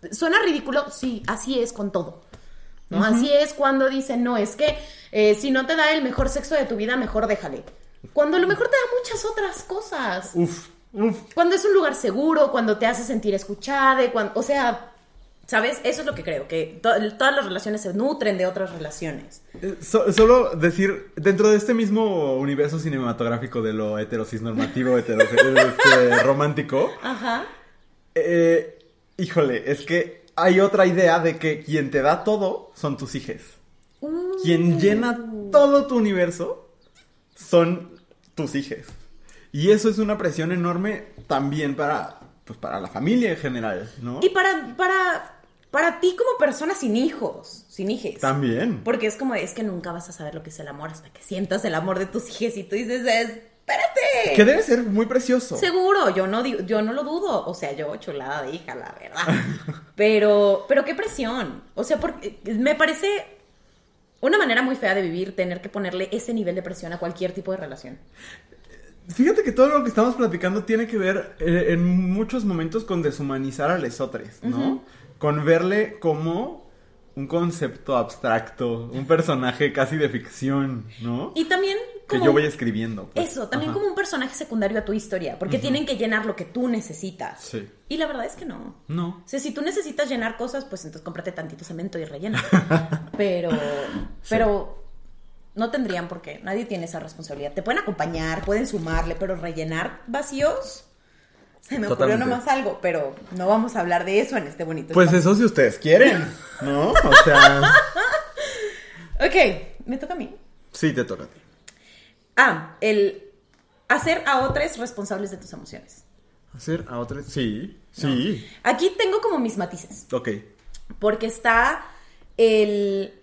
suena ridículo, sí, así es con todo. ¿No? Uh-huh. Así es cuando dicen, no, es que eh, si no te da el mejor sexo de tu vida, mejor déjale. Cuando a lo mejor te da muchas otras cosas. Uf, uf. Cuando es un lugar seguro, cuando te hace sentir escuchada, cuando, o sea, ¿sabes? Eso es lo que creo, que to- todas las relaciones se nutren de otras relaciones. Eh, so- solo decir, dentro de este mismo universo cinematográfico de lo heterosis normativo, heterosis, este, romántico, Ajá. Eh, híjole, es que hay otra idea de que quien te da todo son tus hijos. Uh. Quien llena todo tu universo son tus hijos. Y eso es una presión enorme también para, pues, para la familia en general, ¿no? Y para, para, para ti como persona sin hijos, sin hijos. También. Porque es como, es que nunca vas a saber lo que es el amor hasta que sientas el amor de tus hijos y tú dices, espérate. Que debe ser muy precioso. Seguro, yo no, digo, yo no lo dudo. O sea, yo chulada de hija, la verdad. Pero, pero qué presión. O sea, porque me parece una manera muy fea de vivir, tener que ponerle ese nivel de presión a cualquier tipo de relación. Fíjate que todo lo que estamos platicando tiene que ver eh, en muchos momentos con deshumanizar a lesotres, ¿no? Uh-huh. Con verle como un concepto abstracto, un personaje casi de ficción, ¿no? Y también como que yo voy escribiendo. Pues. Eso, también Ajá. como un personaje secundario a tu historia, porque uh-huh. tienen que llenar lo que tú necesitas. Sí. Y la verdad es que no. No. O sea, si tú necesitas llenar cosas, pues entonces cómprate tantito cemento y rellena. pero, pero... Sí. No tendrían por qué, nadie tiene esa responsabilidad. Te pueden acompañar, pueden sumarle, pero rellenar vacíos, se me ocurrió nomás algo, pero no vamos a hablar de eso en este bonito Pues espacio. Eso si ustedes quieren, ¿no? O sea... Ok, ¿me toca a mí? Sí, te toca a ti. Ah, el hacer a otros responsables de tus emociones. ¿Hacer a otros? Sí, sí. No. Aquí tengo como mis matices. Ok. Porque está el...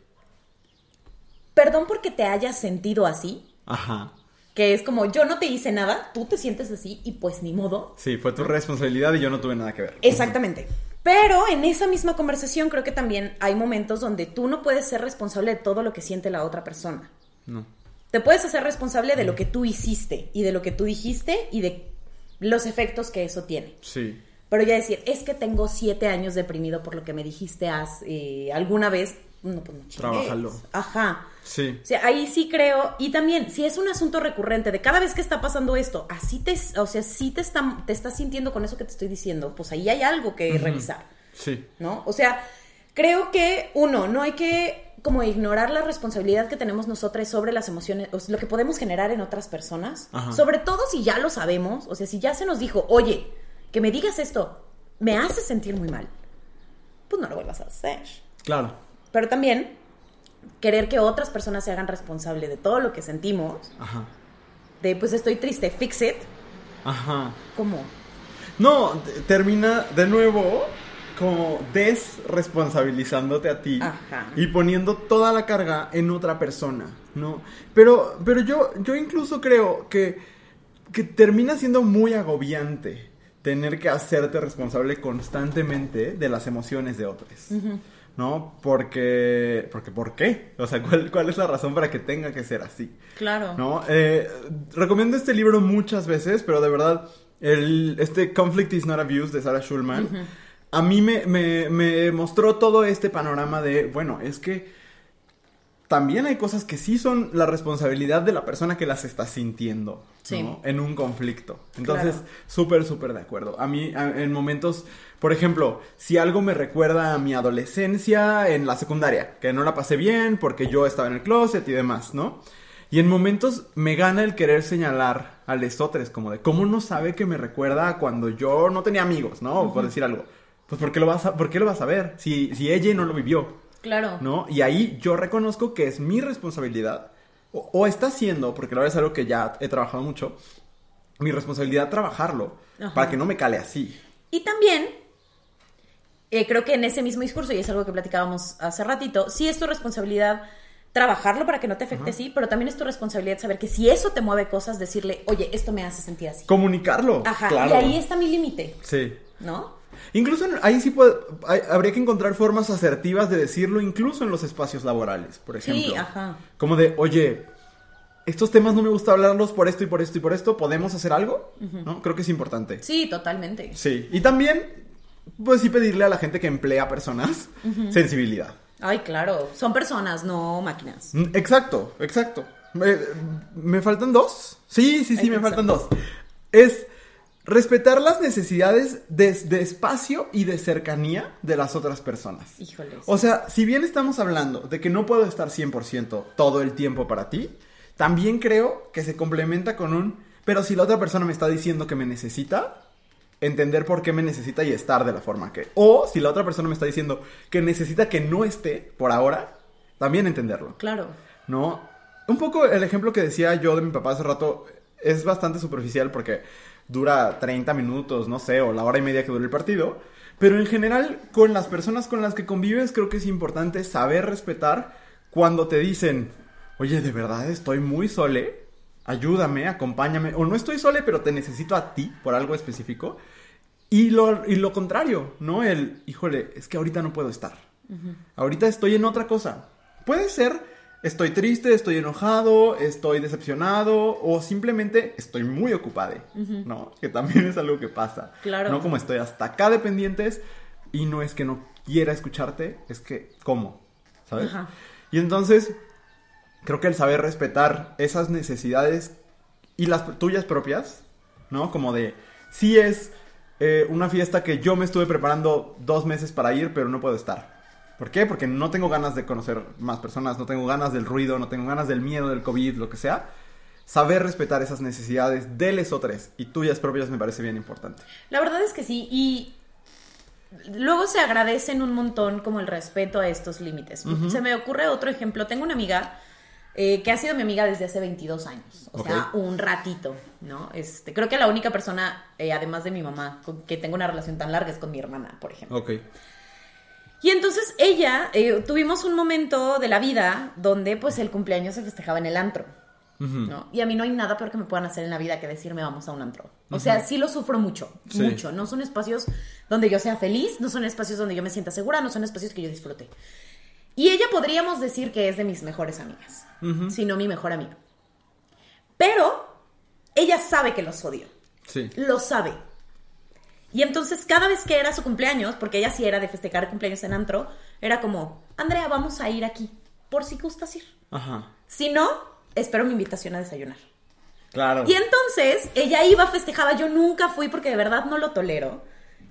Perdón porque te hayas sentido así. Ajá. Que es como, yo no te hice nada, tú te sientes así y pues ni modo. Sí, fue tu responsabilidad y yo no tuve nada que ver. Exactamente. Pero en esa misma conversación creo que también hay momentos donde tú no puedes ser responsable de todo lo que siente la otra persona. No. Te puedes hacer responsable de lo que tú hiciste y de lo que tú dijiste y de los efectos que eso tiene. Sí. Pero ya decir, es que tengo siete años deprimido por lo que me dijiste hace, eh, alguna vez... No, pues no chingues. Trabájalo. Ajá. Sí. O sea, ahí sí creo. Y también, si es un asunto recurrente de cada vez que está pasando esto, así te, o sea, sí te está, te estás sintiendo con eso que te estoy diciendo, pues ahí hay algo que uh-huh. revisar. Sí. ¿No? O sea, creo que, uno, no hay que como ignorar la responsabilidad que tenemos nosotros sobre las emociones, o sea, lo que podemos generar en otras personas. Ajá. Sobre todo si ya lo sabemos, o sea, si ya se nos dijo, oye, que me digas esto, me hace sentir muy mal, pues no lo vuelvas a hacer. Claro. Pero también querer que otras personas se hagan responsables de todo lo que sentimos. Ajá. De, pues estoy triste, fix it. Ajá. ¿Cómo? No, termina de nuevo como desresponsabilizándote a ti. Ajá. Y poniendo toda la carga en otra persona, ¿no? Pero, pero yo, yo incluso creo que, que termina siendo muy agobiante tener que hacerte responsable constantemente de las emociones de otros. Uh-huh. ¿No? Porque, porque, ¿por qué? O sea, ¿cuál, cuál es la razón para que tenga que ser así? Claro. ¿No? Eh, recomiendo este libro muchas veces, pero de verdad, el, este Conflict is Not Abuse de Sarah Schulman, uh-huh. a mí me, me, me mostró todo este panorama de, bueno, es que también hay cosas que sí son la responsabilidad de la persona que las está sintiendo, sí. ¿no? En un conflicto. Entonces, claro. súper, súper de acuerdo. A mí, a, en momentos, por ejemplo, si algo me recuerda a mi adolescencia en la secundaria, que no la pasé bien porque yo estaba en el closet y demás, ¿no? Y en momentos me gana el querer señalar a lesotres, como de, ¿cómo no sabe que me recuerda a cuando yo no tenía amigos, ¿no? Uh-huh. Por decir algo. Pues, ¿por qué lo vas a, ¿por qué lo vas a ver? Si, si ella no lo vivió. Claro. ¿No? Y ahí yo reconozco que es mi responsabilidad, o, o está siendo, porque la verdad es algo que ya he trabajado mucho, mi responsabilidad trabajarlo, ajá. para que no me cale así. Y también, eh, creo que en ese mismo discurso, y es algo que platicábamos hace ratito, sí es tu responsabilidad trabajarlo para que no te afecte así, pero también es tu responsabilidad saber que si eso te mueve cosas, decirle, oye, esto me hace sentir así. Comunicarlo. Ajá, claro. Y ahí está mi límite. Sí. ¿No? Incluso ahí sí puede, hay, habría que encontrar formas asertivas de decirlo, incluso en los espacios laborales, por ejemplo. Sí, ajá. Como de, oye, estos temas no me gusta hablarlos por esto y por esto y por esto, ¿podemos hacer algo? Uh-huh. ¿No? Creo que es importante. Sí, totalmente. Sí, y también pues sí pedirle a la gente que emplea personas uh-huh. sensibilidad. Ay, claro, son personas, no máquinas. Exacto, exacto. ¿Me, me faltan dos? Sí, sí, sí, Ay, me faltan dos. Es respetar las necesidades de, de espacio y de cercanía de las otras personas. Híjoles. O sea, si bien estamos hablando de que no puedo estar cien por ciento todo el tiempo para ti, también creo que se complementa con un... Pero si la otra persona me está diciendo que me necesita, entender por qué me necesita y estar de la forma que... O si la otra persona me está diciendo que necesita que no esté por ahora, también entenderlo. Claro. ¿No? Un poco el ejemplo que decía yo de mi papá hace rato es bastante superficial porque dura treinta minutos, no sé, o la hora y media que dura el partido. Pero en general, con las personas con las que convives, creo que es importante saber respetar cuando te dicen, oye, de verdad estoy muy sole, ayúdame, acompáñame. O no estoy sole, pero te necesito a ti por algo específico. Y lo, y lo contrario, ¿no? El, híjole, es que ahorita no puedo estar. Uh-huh. Ahorita estoy en otra cosa. Puede ser... Estoy triste, estoy enojado, estoy decepcionado o simplemente estoy muy ocupado, uh-huh. ¿no? Que también es algo que pasa. Claro. No como estoy hasta acá de pendientes y no es que no quiera escucharte, es que ¿cómo? ¿Sabes? Uh-huh. Y entonces creo que el saber respetar esas necesidades y las tuyas propias, ¿no? Como de, sí es eh, una fiesta que yo me estuve preparando dos meses para ir, pero no puedo estar. ¿Por qué? Porque no tengo ganas de conocer más personas, no tengo ganas del ruido, no tengo ganas del miedo, del COVID, lo que sea. Saber respetar esas necesidades de les otros y tuyas propias me parece bien importante. La verdad es que sí, y luego se agradecen un montón como el respeto a estos límites. Uh-huh. Se me ocurre otro ejemplo. Tengo una amiga eh, que ha sido mi amiga desde hace veintidós años, o okay. sea, un ratito, ¿no? Este, creo que la única persona, eh, además de mi mamá, con que tengo una relación tan larga es con mi hermana, por ejemplo. Ok. Y entonces ella, eh, tuvimos un momento de la vida donde pues el cumpleaños se festejaba en el antro, uh-huh. ¿no? Y a mí no hay nada peor que me puedan hacer en la vida que decirme vamos a un antro. O uh-huh. sea, sí lo sufro mucho, sí. mucho. No son espacios donde yo sea feliz, no son espacios donde yo me sienta segura, no son espacios que yo disfrute. Y ella podríamos decir que es de mis mejores amigas, uh-huh. si no mi mejor amiga. Pero ella sabe que los odio. Sí. Lo sabe. Y entonces cada vez que era su cumpleaños, porque ella sí era de festejar cumpleaños en antro, era como, Andrea, vamos a ir aquí, por si gustas ir. Ajá. Si no, espero mi invitación a desayunar. Claro. Y entonces ella iba, festejaba, yo nunca fui porque de verdad no lo tolero,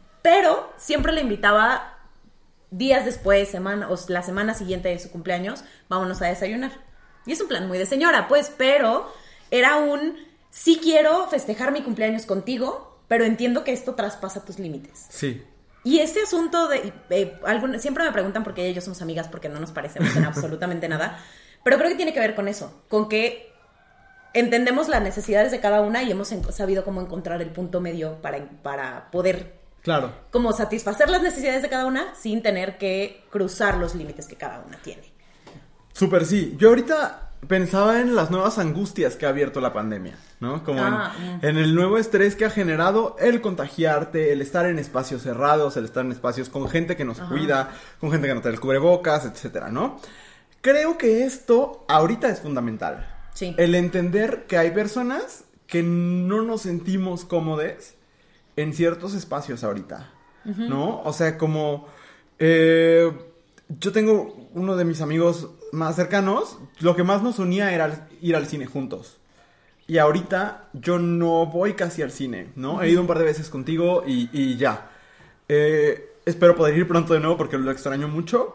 pero siempre le invitaba días después, semana, o la semana siguiente de su cumpleaños, vámonos a desayunar. Y es un plan muy de señora, pues, pero era un, sí quiero festejar mi cumpleaños contigo, pero entiendo que esto traspasa tus límites. Sí. Y ese asunto de... Eh, algún, siempre me preguntan por qué ella y yo somos amigas, porque no nos parecemos en absolutamente nada. Pero creo que tiene que ver con eso. Con que entendemos las necesidades de cada una y hemos en, sabido cómo encontrar el punto medio para, para poder... Claro. Como satisfacer las necesidades de cada una sin tener que cruzar los límites que cada una tiene. Súper sí. Yo ahorita pensaba en las nuevas angustias que ha abierto la pandemia, ¿no? Como ah, en, mm. en el nuevo estrés que ha generado el contagiarte, el estar en espacios cerrados, el estar en espacios con gente que nos Ajá. cuida, con gente que no te da el cubrebocas, etcétera, ¿no? Creo que esto ahorita es fundamental. Sí. El entender que hay personas que no nos sentimos cómodos en ciertos espacios ahorita, uh-huh. ¿no? O sea, como... Eh, yo tengo uno de mis amigos más cercanos, lo que más nos unía era ir al cine juntos. Y ahorita yo no voy casi al cine, ¿no? Uh-huh. He ido un par de veces contigo y, y ya. Eh, espero poder ir pronto de nuevo porque lo extraño mucho.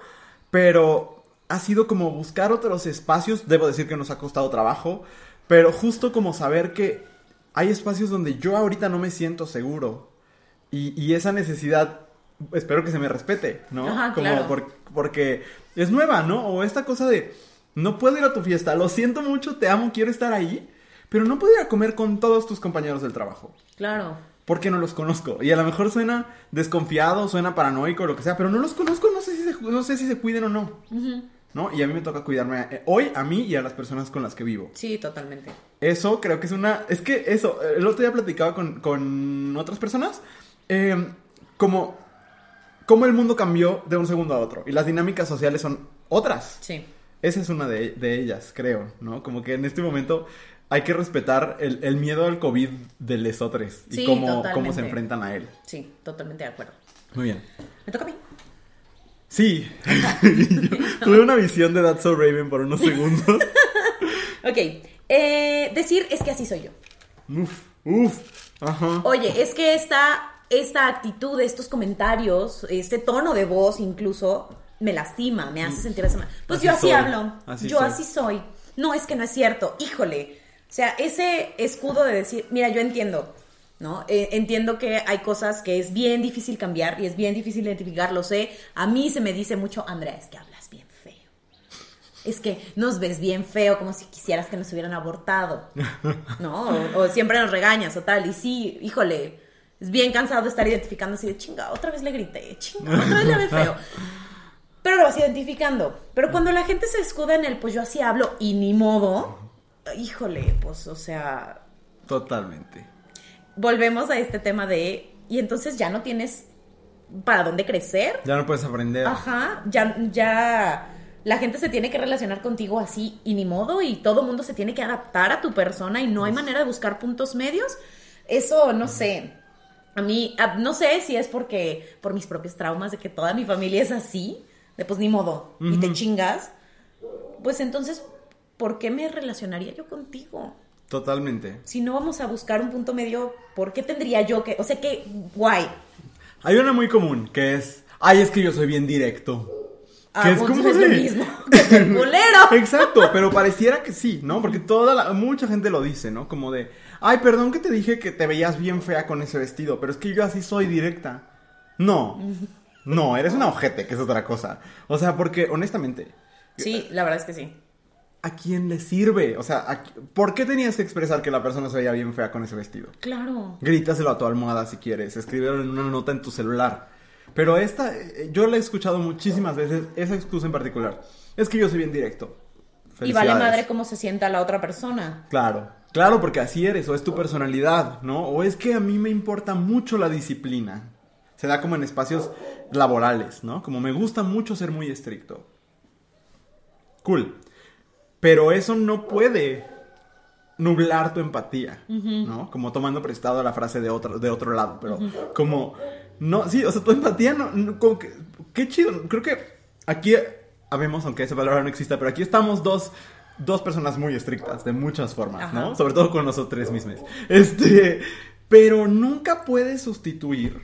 Pero ha sido como buscar otros espacios. Debo decir que nos ha costado trabajo. Pero justo como saber que hay espacios donde yo ahorita no me siento seguro. Y, y esa necesidad... espero que se me respete, ¿no? Ajá, como claro. por, porque es nueva, ¿no? O esta cosa de, no puedo ir a tu fiesta, lo siento mucho, te amo, quiero estar ahí, pero no puedo ir a comer con todos tus compañeros del trabajo. Claro. Porque no los conozco. Y a lo mejor suena desconfiado, suena paranoico, lo que sea, pero no los conozco, no sé si se, no sé si se cuiden o no. Uh-huh. ¿No? Y a mí me toca cuidarme eh, hoy, a mí y a las personas con las que vivo. Sí, totalmente. Eso creo que es una... Es que eso, el otro día platicaba con, con otras personas, eh, como... cómo el mundo cambió de un segundo a otro. Y las dinámicas sociales son otras. Sí. Esa es una de, de ellas, creo, ¿no? Como que en este momento hay que respetar el, el miedo al COVID de lesotres y sí, cómo, cómo se enfrentan a él. Sí, totalmente de acuerdo. Muy bien. ¿Me toca a mí? Sí. Tuve una visión de That's So Raven por unos segundos. Ok. Eh, decir, es que así soy yo. Uf, uf. Ajá. Oye, es que esta, esta actitud, estos comentarios, este tono de voz incluso, me lastima, me hace sentir esa manera. Pues así yo así soy. hablo, así yo soy. así soy. No, es que no es cierto, híjole. O sea, ese escudo de decir, mira, yo entiendo, ¿no? Eh, entiendo que hay cosas que es bien difícil cambiar y es bien difícil identificar, lo sé. A mí se me dice mucho, Andrea, es que hablas bien feo. Es que nos ves bien feo, como si quisieras que nos hubieran abortado, ¿no? O, o siempre nos regañas o tal. Y sí, híjole, es bien cansado de estar identificando así de chinga, otra vez le grité, chinga, otra vez le ve feo. Pero lo vas identificando. Pero cuando la gente se escuda en el, pues yo así hablo y ni modo, híjole, pues, o sea... Totalmente. Volvemos a este tema de, y entonces ya no tienes para dónde crecer. Ya no puedes aprender. Ajá, ya, ya... La gente se tiene que relacionar contigo así y ni modo, y todo el mundo se tiene que adaptar a tu persona y no hay manera de buscar puntos medios. Eso, no sé, a mí, no sé si es porque, por mis propios traumas de que toda mi familia es así, de pues ni modo, uh-huh. y te chingas, pues entonces, ¿por qué me relacionaría yo contigo? Totalmente. Si no vamos a buscar un punto medio, ¿por qué tendría yo que, o sea, que, guay? Hay una muy común que es, ay, es que yo soy bien directo. Ah, que es como es de... lo mismo que es el culero. Exacto, pero pareciera que sí, ¿no? Porque toda la, mucha gente lo dice, ¿no? Como de, ay, perdón que te dije que te veías bien fea con ese vestido, pero es que yo así soy directa. No, no, eres una ojete, que es otra cosa. O sea, porque honestamente... Sí, la verdad es que sí. ¿A quién le sirve? O sea, ¿a, ¿por qué tenías que expresar que la persona se veía bien fea con ese vestido? Claro. Grítaselo a tu almohada si quieres, escríbelo en una nota en tu celular. Pero esta, yo la he escuchado muchísimas veces, esa excusa en particular. Es que yo soy bien directo. Y vale madre cómo se sienta la otra persona. Claro, claro, porque así eres, o es tu personalidad, ¿no? O es que a mí me importa mucho la disciplina. Se da como en espacios laborales, ¿no? Como me gusta mucho ser muy estricto. Cool. Pero eso no puede nublar tu empatía, uh-huh. ¿no? Como tomando prestado la frase de otro, de otro lado, pero uh-huh. como... No, sí, o sea, tu empatía no, no como que, qué chido, creo que aquí habemos, aunque esa palabra no exista, pero aquí estamos dos, dos personas muy estrictas, de muchas formas, ajá. ¿no? Sobre todo con nosotros mismos. Este, pero nunca puedes sustituir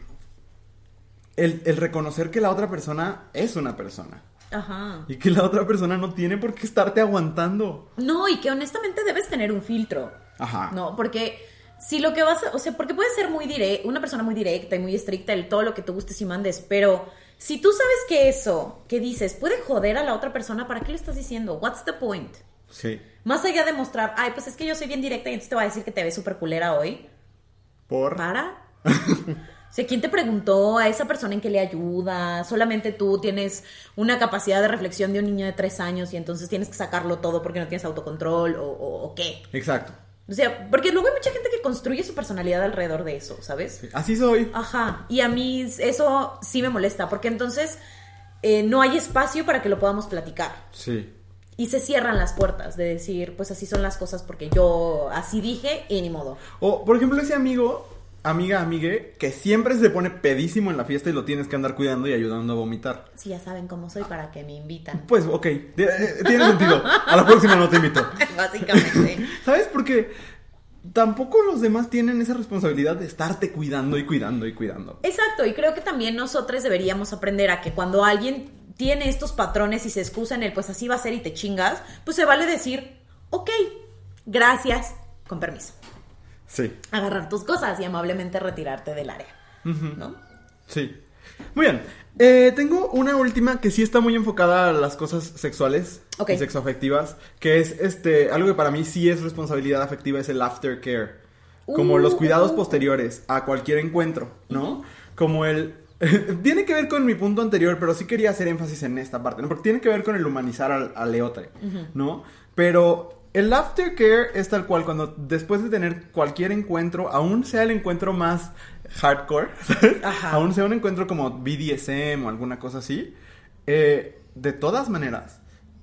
el, el reconocer que la otra persona es una persona. Ajá. Y que la otra persona no tiene por qué estarte aguantando. No, y que honestamente debes tener un filtro. Ajá. No, porque... Si lo que vas a... O sea, porque puedes ser muy directa, una persona muy directa y muy estricta en todo lo que tú gustes y mandes, pero si tú sabes que eso que dices puede joder a la otra persona, ¿para qué lo estás diciendo? What's the point? Sí. Más allá de mostrar, ay, pues es que yo soy bien directa y entonces te voy a decir que te ves súper culera hoy. ¿Por? ¿Para? O sea, ¿quién te preguntó? ¿A esa persona en qué le ayuda? Solamente tú tienes una capacidad de reflexión de un niño de tres años y entonces tienes que sacarlo todo porque no tienes autocontrol o, o, o qué. Exacto. O sea, porque luego hay mucha gente que construye su personalidad alrededor de eso, ¿sabes? Sí, así soy. Ajá, y a mí eso sí me molesta, porque entonces eh, no hay espacio para que lo podamos platicar. Sí. Y se cierran las puertas de decir, pues así son las cosas porque yo así dije y ni modo. O, por ejemplo, ese amigo, amiga, amigue, que siempre se pone pedísimo en la fiesta y lo tienes que andar cuidando y ayudando a vomitar. Sí, ya saben cómo soy, para que me invitan. Pues, ok, tiene sentido. A la próxima no te invito. Básicamente. ¿Sabes? Porque tampoco los demás tienen esa responsabilidad de estarte cuidando y cuidando y cuidando. Exacto, y creo que también nosotros deberíamos aprender a que cuando alguien tiene estos patrones y se excusa en el, pues así va a ser y te chingas, pues se vale decir, ok, gracias, con permiso. Sí. Agarrar tus cosas y amablemente retirarte del área, uh-huh. ¿no? Sí. Muy bien. Eh, tengo una última que sí está muy enfocada a las cosas sexuales okay. y sexoafectivas, que es este algo que para mí sí es responsabilidad afectiva, es el aftercare. Como uh, los cuidados uh, posteriores a cualquier encuentro, ¿no? Uh-huh. Como el... tiene que ver con mi punto anterior, pero sí quería hacer énfasis en esta parte, ¿no? Porque tiene que ver con el humanizar al, al leotre, uh-huh. ¿no? Pero... el aftercare es tal cual cuando después de tener cualquier encuentro, aún sea el encuentro más hardcore, ¿sabes? Ajá. Aún sea un encuentro como B D S M o alguna cosa así, eh, de todas maneras,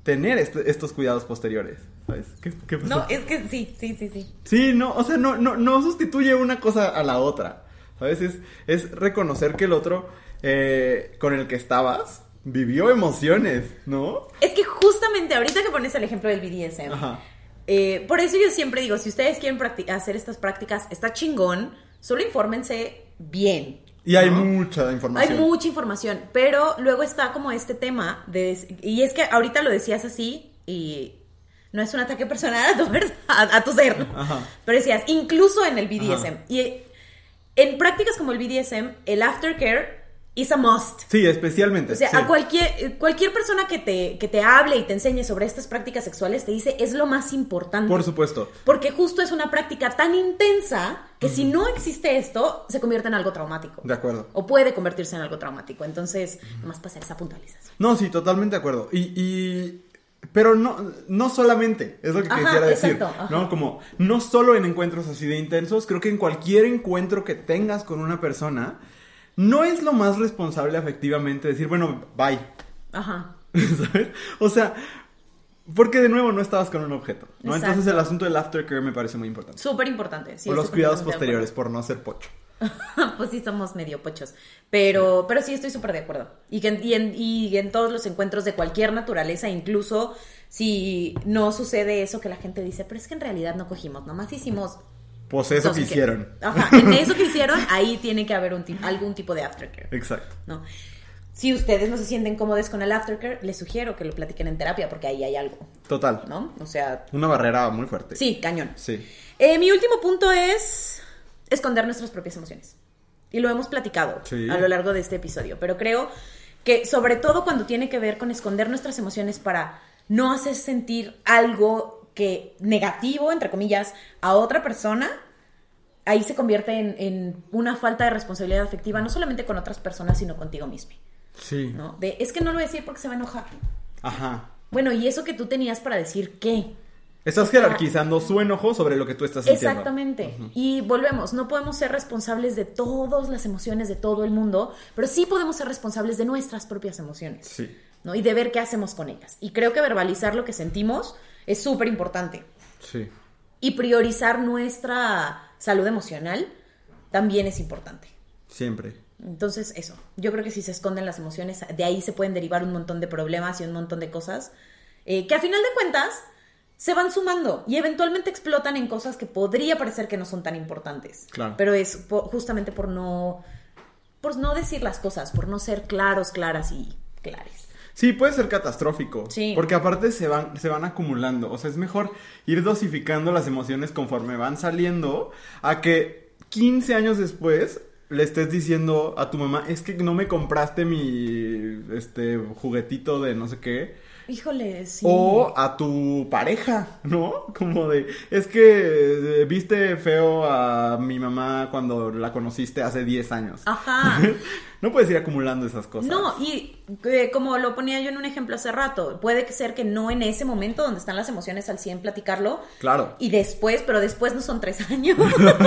tener este, estos cuidados posteriores, ¿sabes? ¿Qué, qué pasó? No, es que sí, sí, sí, sí. Sí, no, o sea, no, no, no sustituye una cosa a la otra, ¿sabes? Es, es reconocer que el otro eh, con el que estabas vivió emociones, ¿no? Es que justamente ahorita que pones el ejemplo del B D S M, Ajá. Eh, por eso yo siempre digo, si ustedes quieren practi- hacer estas prácticas, está chingón, solo infórmense bien. Y hay ¿no? mucha información. Hay mucha información, pero luego está como este tema de, y es que ahorita lo decías así y no es un ataque personal a tu, a, a tu ser, Ajá. pero decías, incluso en el B D S M. Ajá. Y en prácticas como el B D S M, el aftercare is a must. Sí, especialmente. O sea, sí. a cualquier, cualquier persona que te, que te hable y te enseñe sobre estas prácticas sexuales te dice, es lo más importante. Por supuesto. Porque justo es una práctica tan intensa que uh-huh. si no existe esto, se convierte en algo traumático. De acuerdo. O puede convertirse en algo traumático. Entonces, uh-huh. nomás para hacer esa puntualización. No, sí, totalmente de acuerdo. Y... y... Pero no, no solamente, es lo que ajá, quisiera decir, exacto, ajá. ¿no? Como, no solo en encuentros así de intensos, creo que en cualquier encuentro que tengas con una persona, no es lo más responsable afectivamente decir, bueno, bye. Ajá. ¿Sabes? O sea, porque de nuevo no estabas con un objeto, ¿no? Exacto. Entonces el asunto del aftercare me parece muy importante. Súper importante. Sí, o los cuidados posteriores, por no ser pocho. Pues sí, somos medio pochos. Pero, pero sí, estoy súper de acuerdo. Y, que, y, en, y en todos los encuentros de cualquier naturaleza, incluso si no sucede eso que la gente dice, pero es que en realidad no cogimos, nomás hicimos... Pues eso que hicieron. Ajá, en eso que hicieron, ahí tiene que haber un t- algún tipo de aftercare. Exacto. ¿No? Si ustedes no se sienten cómodos con el aftercare, les sugiero que lo platiquen en terapia, porque ahí hay algo. Total. ¿No? O sea... Una barrera muy fuerte. Sí, cañón. Sí. Eh, mi último punto es... esconder nuestras propias emociones. Y lo hemos platicado sí. a lo largo de este episodio. Pero creo que sobre todo cuando tiene que ver con esconder nuestras emociones para no hacer sentir algo que negativo, entre comillas, a otra persona, ahí se convierte en, en una falta de responsabilidad afectiva, no solamente con otras personas, sino contigo mismo. Sí. ¿No? De, es que no lo voy a decir porque se va a enojar. Ajá. Bueno, ¿y eso que tú tenías para decir qué? Estás jerarquizando su enojo sobre lo que tú estás sintiendo. Exactamente. Uh-huh. Y volvemos, no podemos ser responsables de todas las emociones de todo el mundo, pero sí podemos ser responsables de nuestras propias emociones. Sí. ¿No? Y de ver qué hacemos con ellas. Y creo que verbalizar lo que sentimos es súper importante. Sí. Y priorizar nuestra salud emocional también es importante. Siempre. Entonces, eso. Yo creo que si se esconden las emociones, de ahí se pueden derivar un montón de problemas y un montón de cosas eh, que a final de cuentas se van sumando y eventualmente explotan en cosas que podría parecer que no son tan importantes. Claro. Pero es por, justamente por no, por no decir las cosas, por no ser claros, claras y clares. Sí, puede ser catastrófico. Sí. Porque aparte se van, se van acumulando. O sea, es mejor ir dosificando las emociones conforme van saliendo a que quince años después le estés diciendo a tu mamá, es que no me compraste mi este juguetito de no sé qué. Híjole, sí. O a tu pareja, ¿no? Como de, es que eh, viste feo a mi mamá cuando la conociste hace diez años. Ajá. No puedes ir acumulando esas cosas. No, y eh, como lo ponía yo en un ejemplo hace rato, puede ser que no en ese momento donde están las emociones al cien platicarlo. Claro. Y después, pero después no son tres años,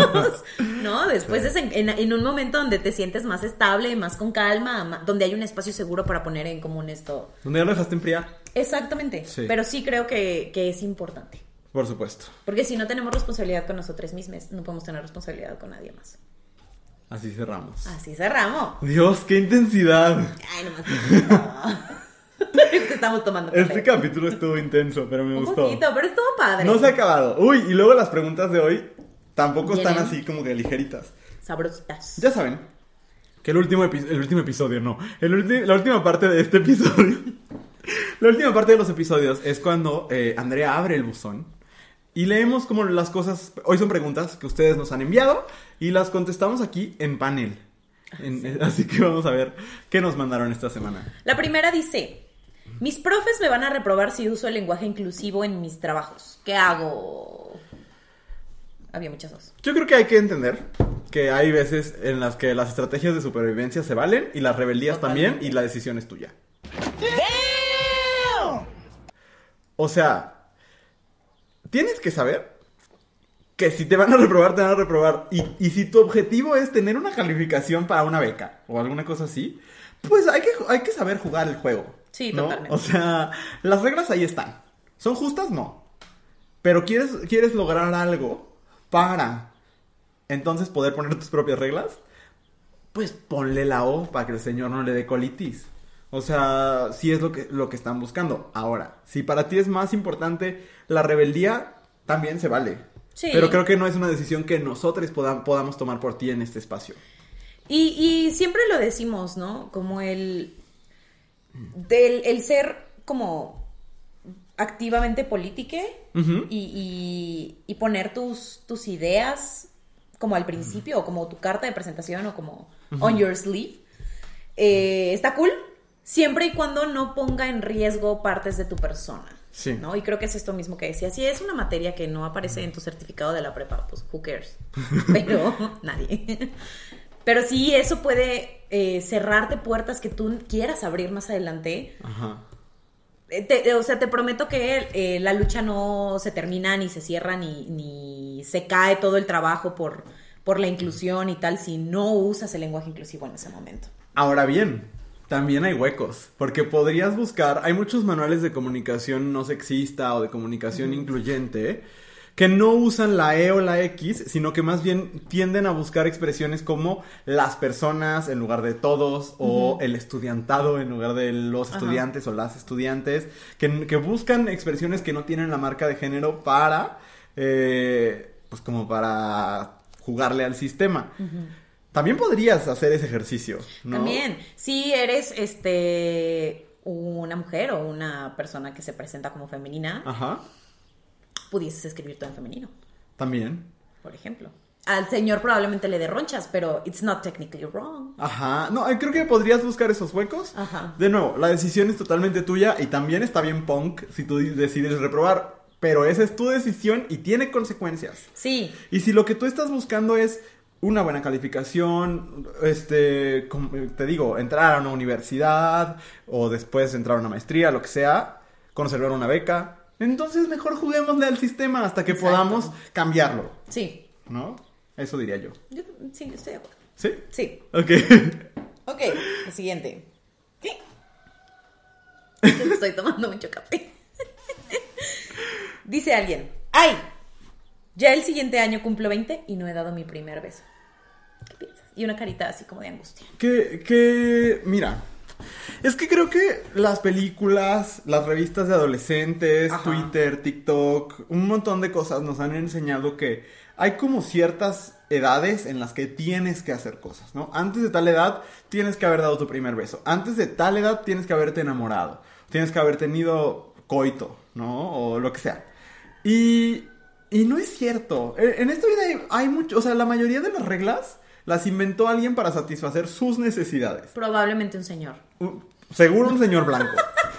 ¿no? Después sí. es en, en, en un momento donde te sientes más estable, más con calma, más, donde hay un espacio seguro para poner en común esto. Donde ya lo dejaste enfriar. Exactamente, sí. Pero sí creo que, que es importante. Por supuesto. Porque si no tenemos responsabilidad con nosotros mismos, no podemos tener responsabilidad con nadie más. Así cerramos. Así cerramos. Dios, qué intensidad. Ay, nomás. No. Es que estamos tomando café. Este capítulo estuvo intenso, pero me Un gustó. poquito, pero estuvo padre. No se ha acabado. Uy, y luego las preguntas de hoy tampoco ¿Vienen? están así como que ligeritas. Sabrositas. Ya saben que el último, epi- el último episodio, no. El ulti- la última parte de este episodio. La última parte de los episodios es cuando eh, Andrea abre el buzón. Y leemos como las cosas, hoy son preguntas que ustedes nos han enviado y las contestamos aquí en panel. En, sí. Así que vamos a ver qué nos mandaron esta semana. La primera dice, mis profes me van a reprobar si uso el lenguaje inclusivo en mis trabajos. ¿Qué hago? Había muchas dos. Yo creo que hay que entender que hay veces en las que las estrategias de supervivencia se valen y las rebeldías Totalmente. También y la decisión es tuya. ¡Damn! O sea... Tienes que saber que si te van a reprobar, te van a reprobar. Y, y si tu objetivo es tener una calificación para una beca o alguna cosa así, pues hay que, hay que saber jugar el juego, Sí, ¿no? totalmente. O sea, las reglas ahí están. ¿Son justas? No. Pero quieres, quieres lograr algo para entonces poder poner tus propias reglas, pues ponle la O para que el señor no le dé colitis. O sea, sí es lo que, lo que están buscando. Ahora, si para ti es más importante la rebeldía, también se vale. Sí. Pero creo que no es una decisión que nosotros podam- podamos tomar por ti en este espacio. Y, y siempre lo decimos, ¿no? Como el, del, el ser como activamente politique Uh-huh. y, y, y poner tus, tus ideas como al principio, o como tu carta de presentación, o como uh-huh. on your sleeve. Eh, está cool, siempre y cuando no ponga en riesgo partes de tu persona. Sí. ¿No? Y creo que es esto mismo que decía. Si es una materia que no aparece en tu certificado de la prepa, pues who cares. Pero nadie. Pero sí, eso puede eh, cerrarte puertas que tú quieras abrir más adelante. Ajá. Te, o sea, te prometo que eh, la lucha no se termina, ni se cierra, ni, ni se cae todo el trabajo por, por la inclusión y tal, si no usas el lenguaje inclusivo en ese momento. Ahora bien, también hay huecos, porque podrías buscar, hay muchos manuales de comunicación no sexista o de comunicación uh-huh. incluyente que no usan la E o la X, sino que más bien tienden a buscar expresiones como las personas en lugar de todos, uh-huh. o el estudiantado en lugar de los uh-huh. estudiantes o las estudiantes, que, que buscan expresiones que no tienen la marca de género para, eh, pues como para jugarle al sistema. Uh-huh. También podrías hacer ese ejercicio, ¿no? También, si eres este una mujer o una persona que se presenta como femenina, ajá. pudieses escribir todo en femenino. También. Por ejemplo. Al señor probablemente le dé ronchas, pero it's not technically wrong. Ajá. No, creo que podrías buscar esos huecos. Ajá. De nuevo, la decisión es totalmente tuya y también está bien punk si tú decides reprobar. Pero esa es tu decisión y tiene consecuencias. Sí. Y si lo que tú estás buscando es una buena calificación, este, como te digo, entrar a una universidad o después entrar a una maestría, lo que sea, conservar una beca, entonces mejor juguémosle al sistema hasta que Exacto. podamos cambiarlo. Sí. ¿No? Eso diría yo. Yo sí, estoy de acuerdo. ¿Sí? Sí. Ok. Ok, lo siguiente. ¿Qué? Estoy tomando mucho café. Dice alguien, ¡ay! Ya el siguiente año cumplo veinte y no he dado mi primer beso. ¿Qué piensas? Y una carita así como de angustia. Que, que, mira, es que creo que las películas, las revistas de adolescentes, ajá. Twitter, TikTok, un montón de cosas nos han enseñado que hay como ciertas edades en las que tienes que hacer cosas, ¿no? Antes de tal edad tienes que haber dado tu primer beso. Antes de tal edad tienes que haberte enamorado. Tienes que haber tenido coito, ¿no? O lo que sea. Y... Y no es cierto. En esta vida hay, hay mucho... O sea, la mayoría de las reglas las inventó alguien para satisfacer sus necesidades. Probablemente un señor. Uh, seguro un señor blanco.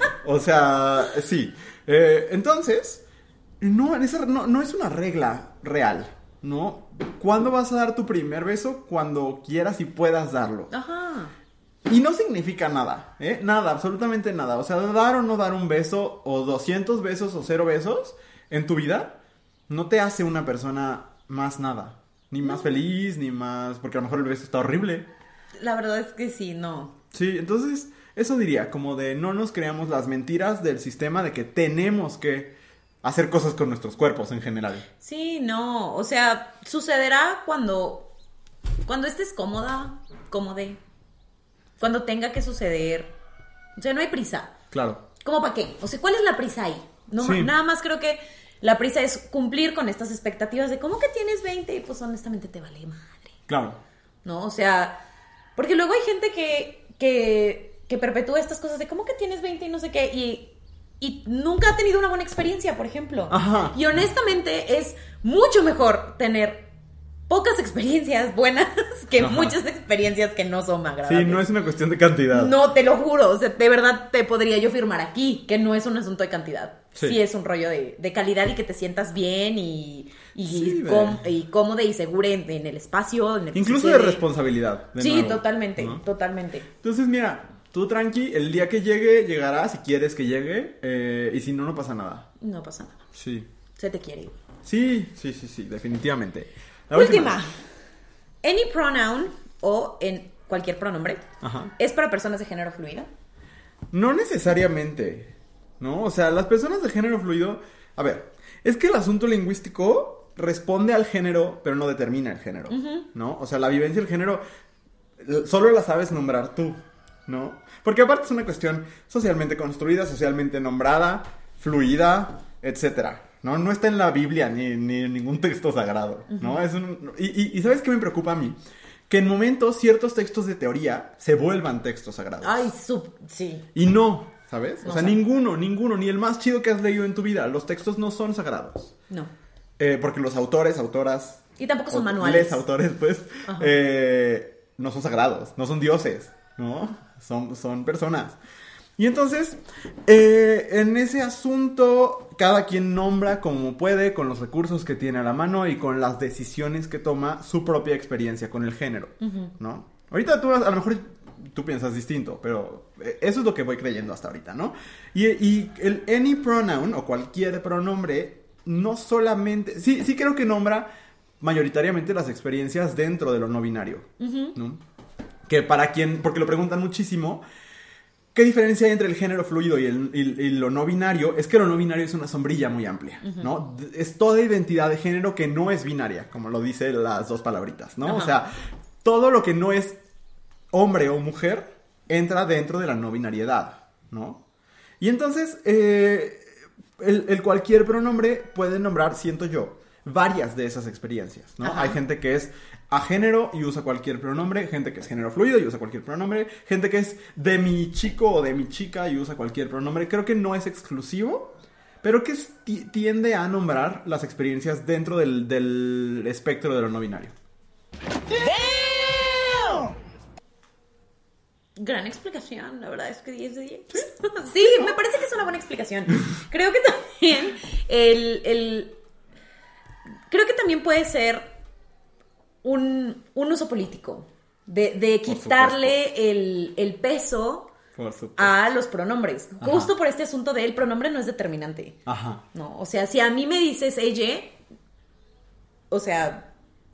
O sea, sí. Eh, entonces, no, esa, no, no es una regla real, ¿no? ¿Cuándo vas a dar tu primer beso? Cuando quieras y puedas darlo. Ajá. Y no significa nada, ¿eh? Nada, absolutamente nada. O sea, dar o no dar un beso, o doscientos besos, o cero besos en tu vida... no te hace una persona más nada. Ni más no. feliz, ni más... porque a lo mejor el beso está horrible. La verdad es que sí, no. Sí, entonces, eso diría, como de no nos creamos las mentiras del sistema de que tenemos que hacer cosas con nuestros cuerpos en general. Sí, no. O sea, sucederá cuando... cuando estés cómoda, cómode. Cuando tenga que suceder. O sea, no hay prisa. Claro. ¿Cómo para qué? O sea, ¿cuál es la prisa ahí? No, sí. Nada más creo que... la prisa es cumplir con estas expectativas de cómo que tienes veinte y pues honestamente te vale madre. Claro. ¿No? O sea, porque luego hay gente que, que, que perpetúa estas cosas de cómo que tienes veinte y no sé qué y, y nunca ha tenido una buena experiencia, por ejemplo. Ajá. Y honestamente es mucho mejor tener pocas experiencias buenas que Ajá. muchas experiencias que no son agradables. Sí, no es una cuestión de cantidad. No, te lo juro. O sea, de verdad te podría yo firmar aquí que no es un asunto de cantidad. Sí, sí es un rollo de, de calidad y que te sientas bien y, y, sí, com, y cómodo y seguro en, en el espacio. En el Incluso de responsabilidad. De sí, nuevo, totalmente, ¿no? totalmente. Entonces, mira, tú tranqui, el día que llegue, llegará si quieres que llegue. Eh, y si no, no pasa nada. No pasa nada. Sí. Se te quiere. Sí, sí, sí, sí, definitivamente. La última. última. Any pronoun o en cualquier pronombre Ajá. es para personas de género fluido. No necesariamente, ¿no? O sea, las personas de género fluido... A ver, es que el asunto lingüístico responde al género, pero no determina el género, uh-huh. ¿no? O sea, la vivencia del género solo la sabes nombrar tú, ¿no? Porque aparte es una cuestión socialmente construida, socialmente nombrada, fluida, etcétera, ¿no? No está en la Biblia ni, ni en ningún texto sagrado, ¿no? Uh-huh. Es un, y, y, y ¿sabes qué me preocupa a mí? Que en momentos ciertos textos de teoría se vuelvan textos sagrados. Ay, sub, sí. Y no, ¿sabes? No o sea, sabe. ninguno, ninguno, ni el más chido que has leído en tu vida. Los textos no son sagrados. No. Eh, porque los autores, autoras... Y tampoco son o, manuales. Les autores, pues, eh, no son sagrados, no son dioses, ¿no? Son, son personas. Y entonces, eh, en ese asunto, cada quien nombra como puede, con los recursos que tiene a la mano y con las decisiones que toma, su propia experiencia con el género, uh-huh. ¿no? Ahorita tú, a lo mejor, tú piensas distinto, pero eso es lo que voy creyendo hasta ahorita, ¿no? Y, y el any pronoun, o cualquier pronombre, no solamente... Sí, sí creo que nombra mayoritariamente las experiencias dentro de lo no binario, uh-huh. ¿no? Que para quien... Porque lo preguntan muchísimo... ¿Qué diferencia hay entre el género fluido y, el, y, y lo no binario? Es que lo no binario es una sombrilla muy amplia, uh-huh. ¿no? Es toda identidad de género que no es binaria, como lo dicen las dos palabritas, ¿no? Uh-huh. O sea, todo lo que no es hombre o mujer entra dentro de la no binariedad, ¿no? Y entonces, eh, el, el cualquier pronombre puede nombrar, siento yo, varias de esas experiencias, ¿no? Uh-huh. Hay gente que es a género y usa cualquier pronombre, gente que es género fluido y usa cualquier pronombre, gente que es de mi chico o de mi chica y usa cualquier pronombre. Creo que no es exclusivo, pero que es, t- tiende a nombrar las experiencias dentro del, del espectro de lo no binario. ¡Damn! Gran explicación, la verdad es que diez de diez. ¿Sí? Sí, me parece que es una buena explicación. Creo que también el... el... Creo que también puede ser... Un, un uso político de, de quitarle el, el peso a los pronombres. Ajá. Justo por este asunto de el pronombre no es determinante. Ajá. No, o sea, si a mí me dices ella, o sea,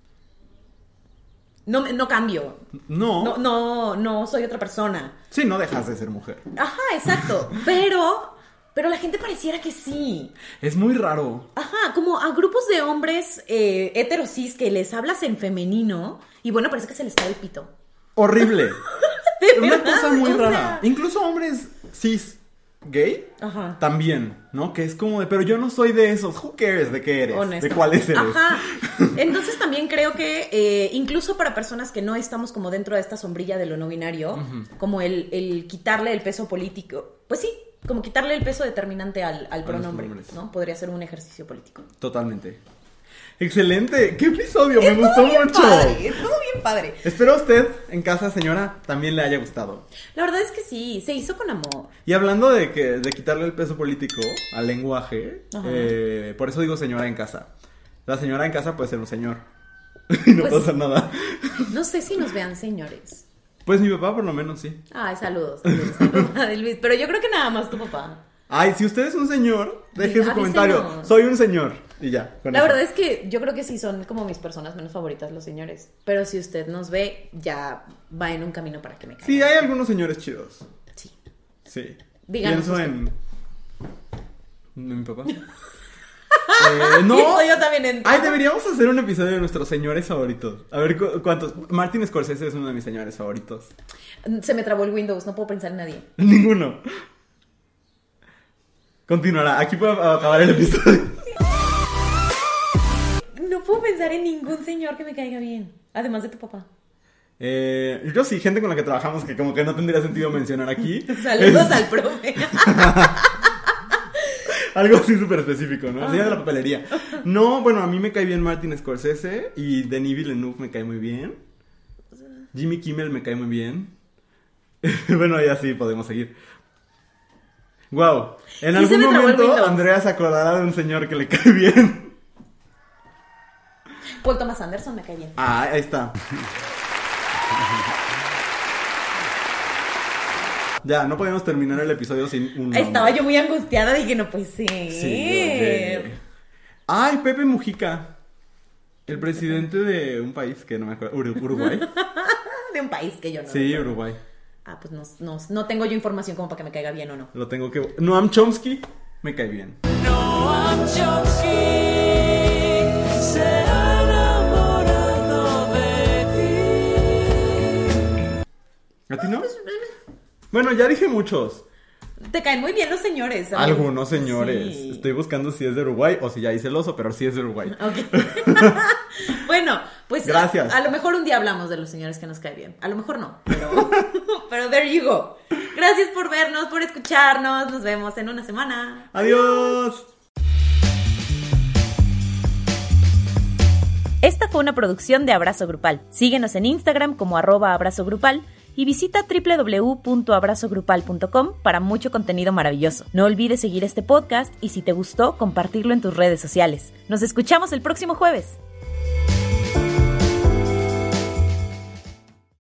no, no cambio. No. no. No, no soy otra persona. Sí, no dejas de ser mujer. Ajá, exacto. Pero... Pero la gente pareciera que sí. Es muy raro. Ajá, como a grupos de hombres eh, heterosis que les hablas en femenino y bueno, parece que se les cae el pito. Horrible. ¿De Una verdad? cosa muy O rara. sea... Incluso hombres cis gay Ajá. también, ¿no? Que es como de, pero yo no soy de esos. Who cares de qué eres? Honesto. De cuáles eres. Ajá. Entonces también creo que eh, incluso para personas que no estamos como dentro de esta sombrilla de lo no binario, uh-huh. como el, el quitarle el peso político, pues sí, como quitarle el peso determinante al, al pronombre, ¿no? Podría ser un ejercicio político. Totalmente. Excelente, qué episodio, Es me gustó mucho. Padre, es todo bien padre. Espero a usted en casa, señora, también le haya gustado. La verdad es que sí, se hizo con amor. Y hablando de que de quitarle el peso político al lenguaje, eh, por eso digo señora en casa. La señora en casa puede ser un señor y no pues, pasa nada. No sé si nos vean señores. Pues mi papá por lo menos sí. Ay, saludos, saludos al papá de Luis. Pero yo creo que nada más tu papá. Ay, si usted es un señor, deje su comentario. Soy un señor. Y ya. La eso. verdad es que yo creo que sí son como mis personas menos favoritas los señores. Pero si usted nos ve, ya va en un camino para que me caiga. Sí, hay algunos señores chidos. Sí. Sí. Díganos. Pienso en... ¿En mi papá? Eh, no. Yo también entiendo. Ay, deberíamos hacer un episodio de nuestros señores favoritos. A ver cu- cuántos. Martin Scorsese es uno de mis señores favoritos. Se me trabó el Windows, no puedo pensar en nadie. Ninguno. Continuará. Aquí puedo acabar el episodio. No puedo pensar en ningún señor que me caiga bien. Además de tu papá. Eh, yo sí, gente con la que trabajamos que como que no tendría sentido mencionar aquí. Saludos al profe. Algo así súper específico, ¿no? Señor de la papelería. No, bueno, a mí me cae bien Martin Scorsese y Denis Villeneuve me cae muy bien. Jimmy Kimmel me cae muy bien. Bueno, ya sí, podemos seguir. Wow. En Sí, algún se me trabó el momento Windows. Andrea se acordará de un señor que le cae bien. Paul Thomas Anderson me cae bien. Ah, ahí está. Ya, no podemos terminar el episodio sin un nombre. Estaba yo muy angustiada, dije, no puede ser. Sí, oye. Ay, Pepe Mujica. El presidente de un país que no me acuerdo. Ur- Uruguay. De un país que yo no Sí, recuerdo. Uruguay. ah, pues no, no, no tengo yo información como para que me caiga bien o no. Lo tengo que... Noam Chomsky me cae bien. Noam Chomsky se ha enamorado de ti. ¿A ti no? Bueno, ya dije muchos. Te caen muy bien los señores. ¿sabes? Algunos señores. Sí. Estoy buscando si es de Uruguay o si ya hice el oso, pero sí es de Uruguay. Ok. Bueno, pues gracias. A, a lo mejor un día hablamos de los señores que nos caen bien. A lo mejor no, pero, pero there you go. Gracias por vernos, por escucharnos. Nos vemos en una semana. ¡Adiós! Esta fue una producción de Abrazo Grupal. Síguenos en Instagram como arroba abrazo grupal y visita doble u doble u doble u punto abrazo grupal punto com para mucho contenido maravilloso. No olvides seguir este podcast y si te gustó, compartirlo en tus redes sociales. Nos escuchamos el próximo jueves.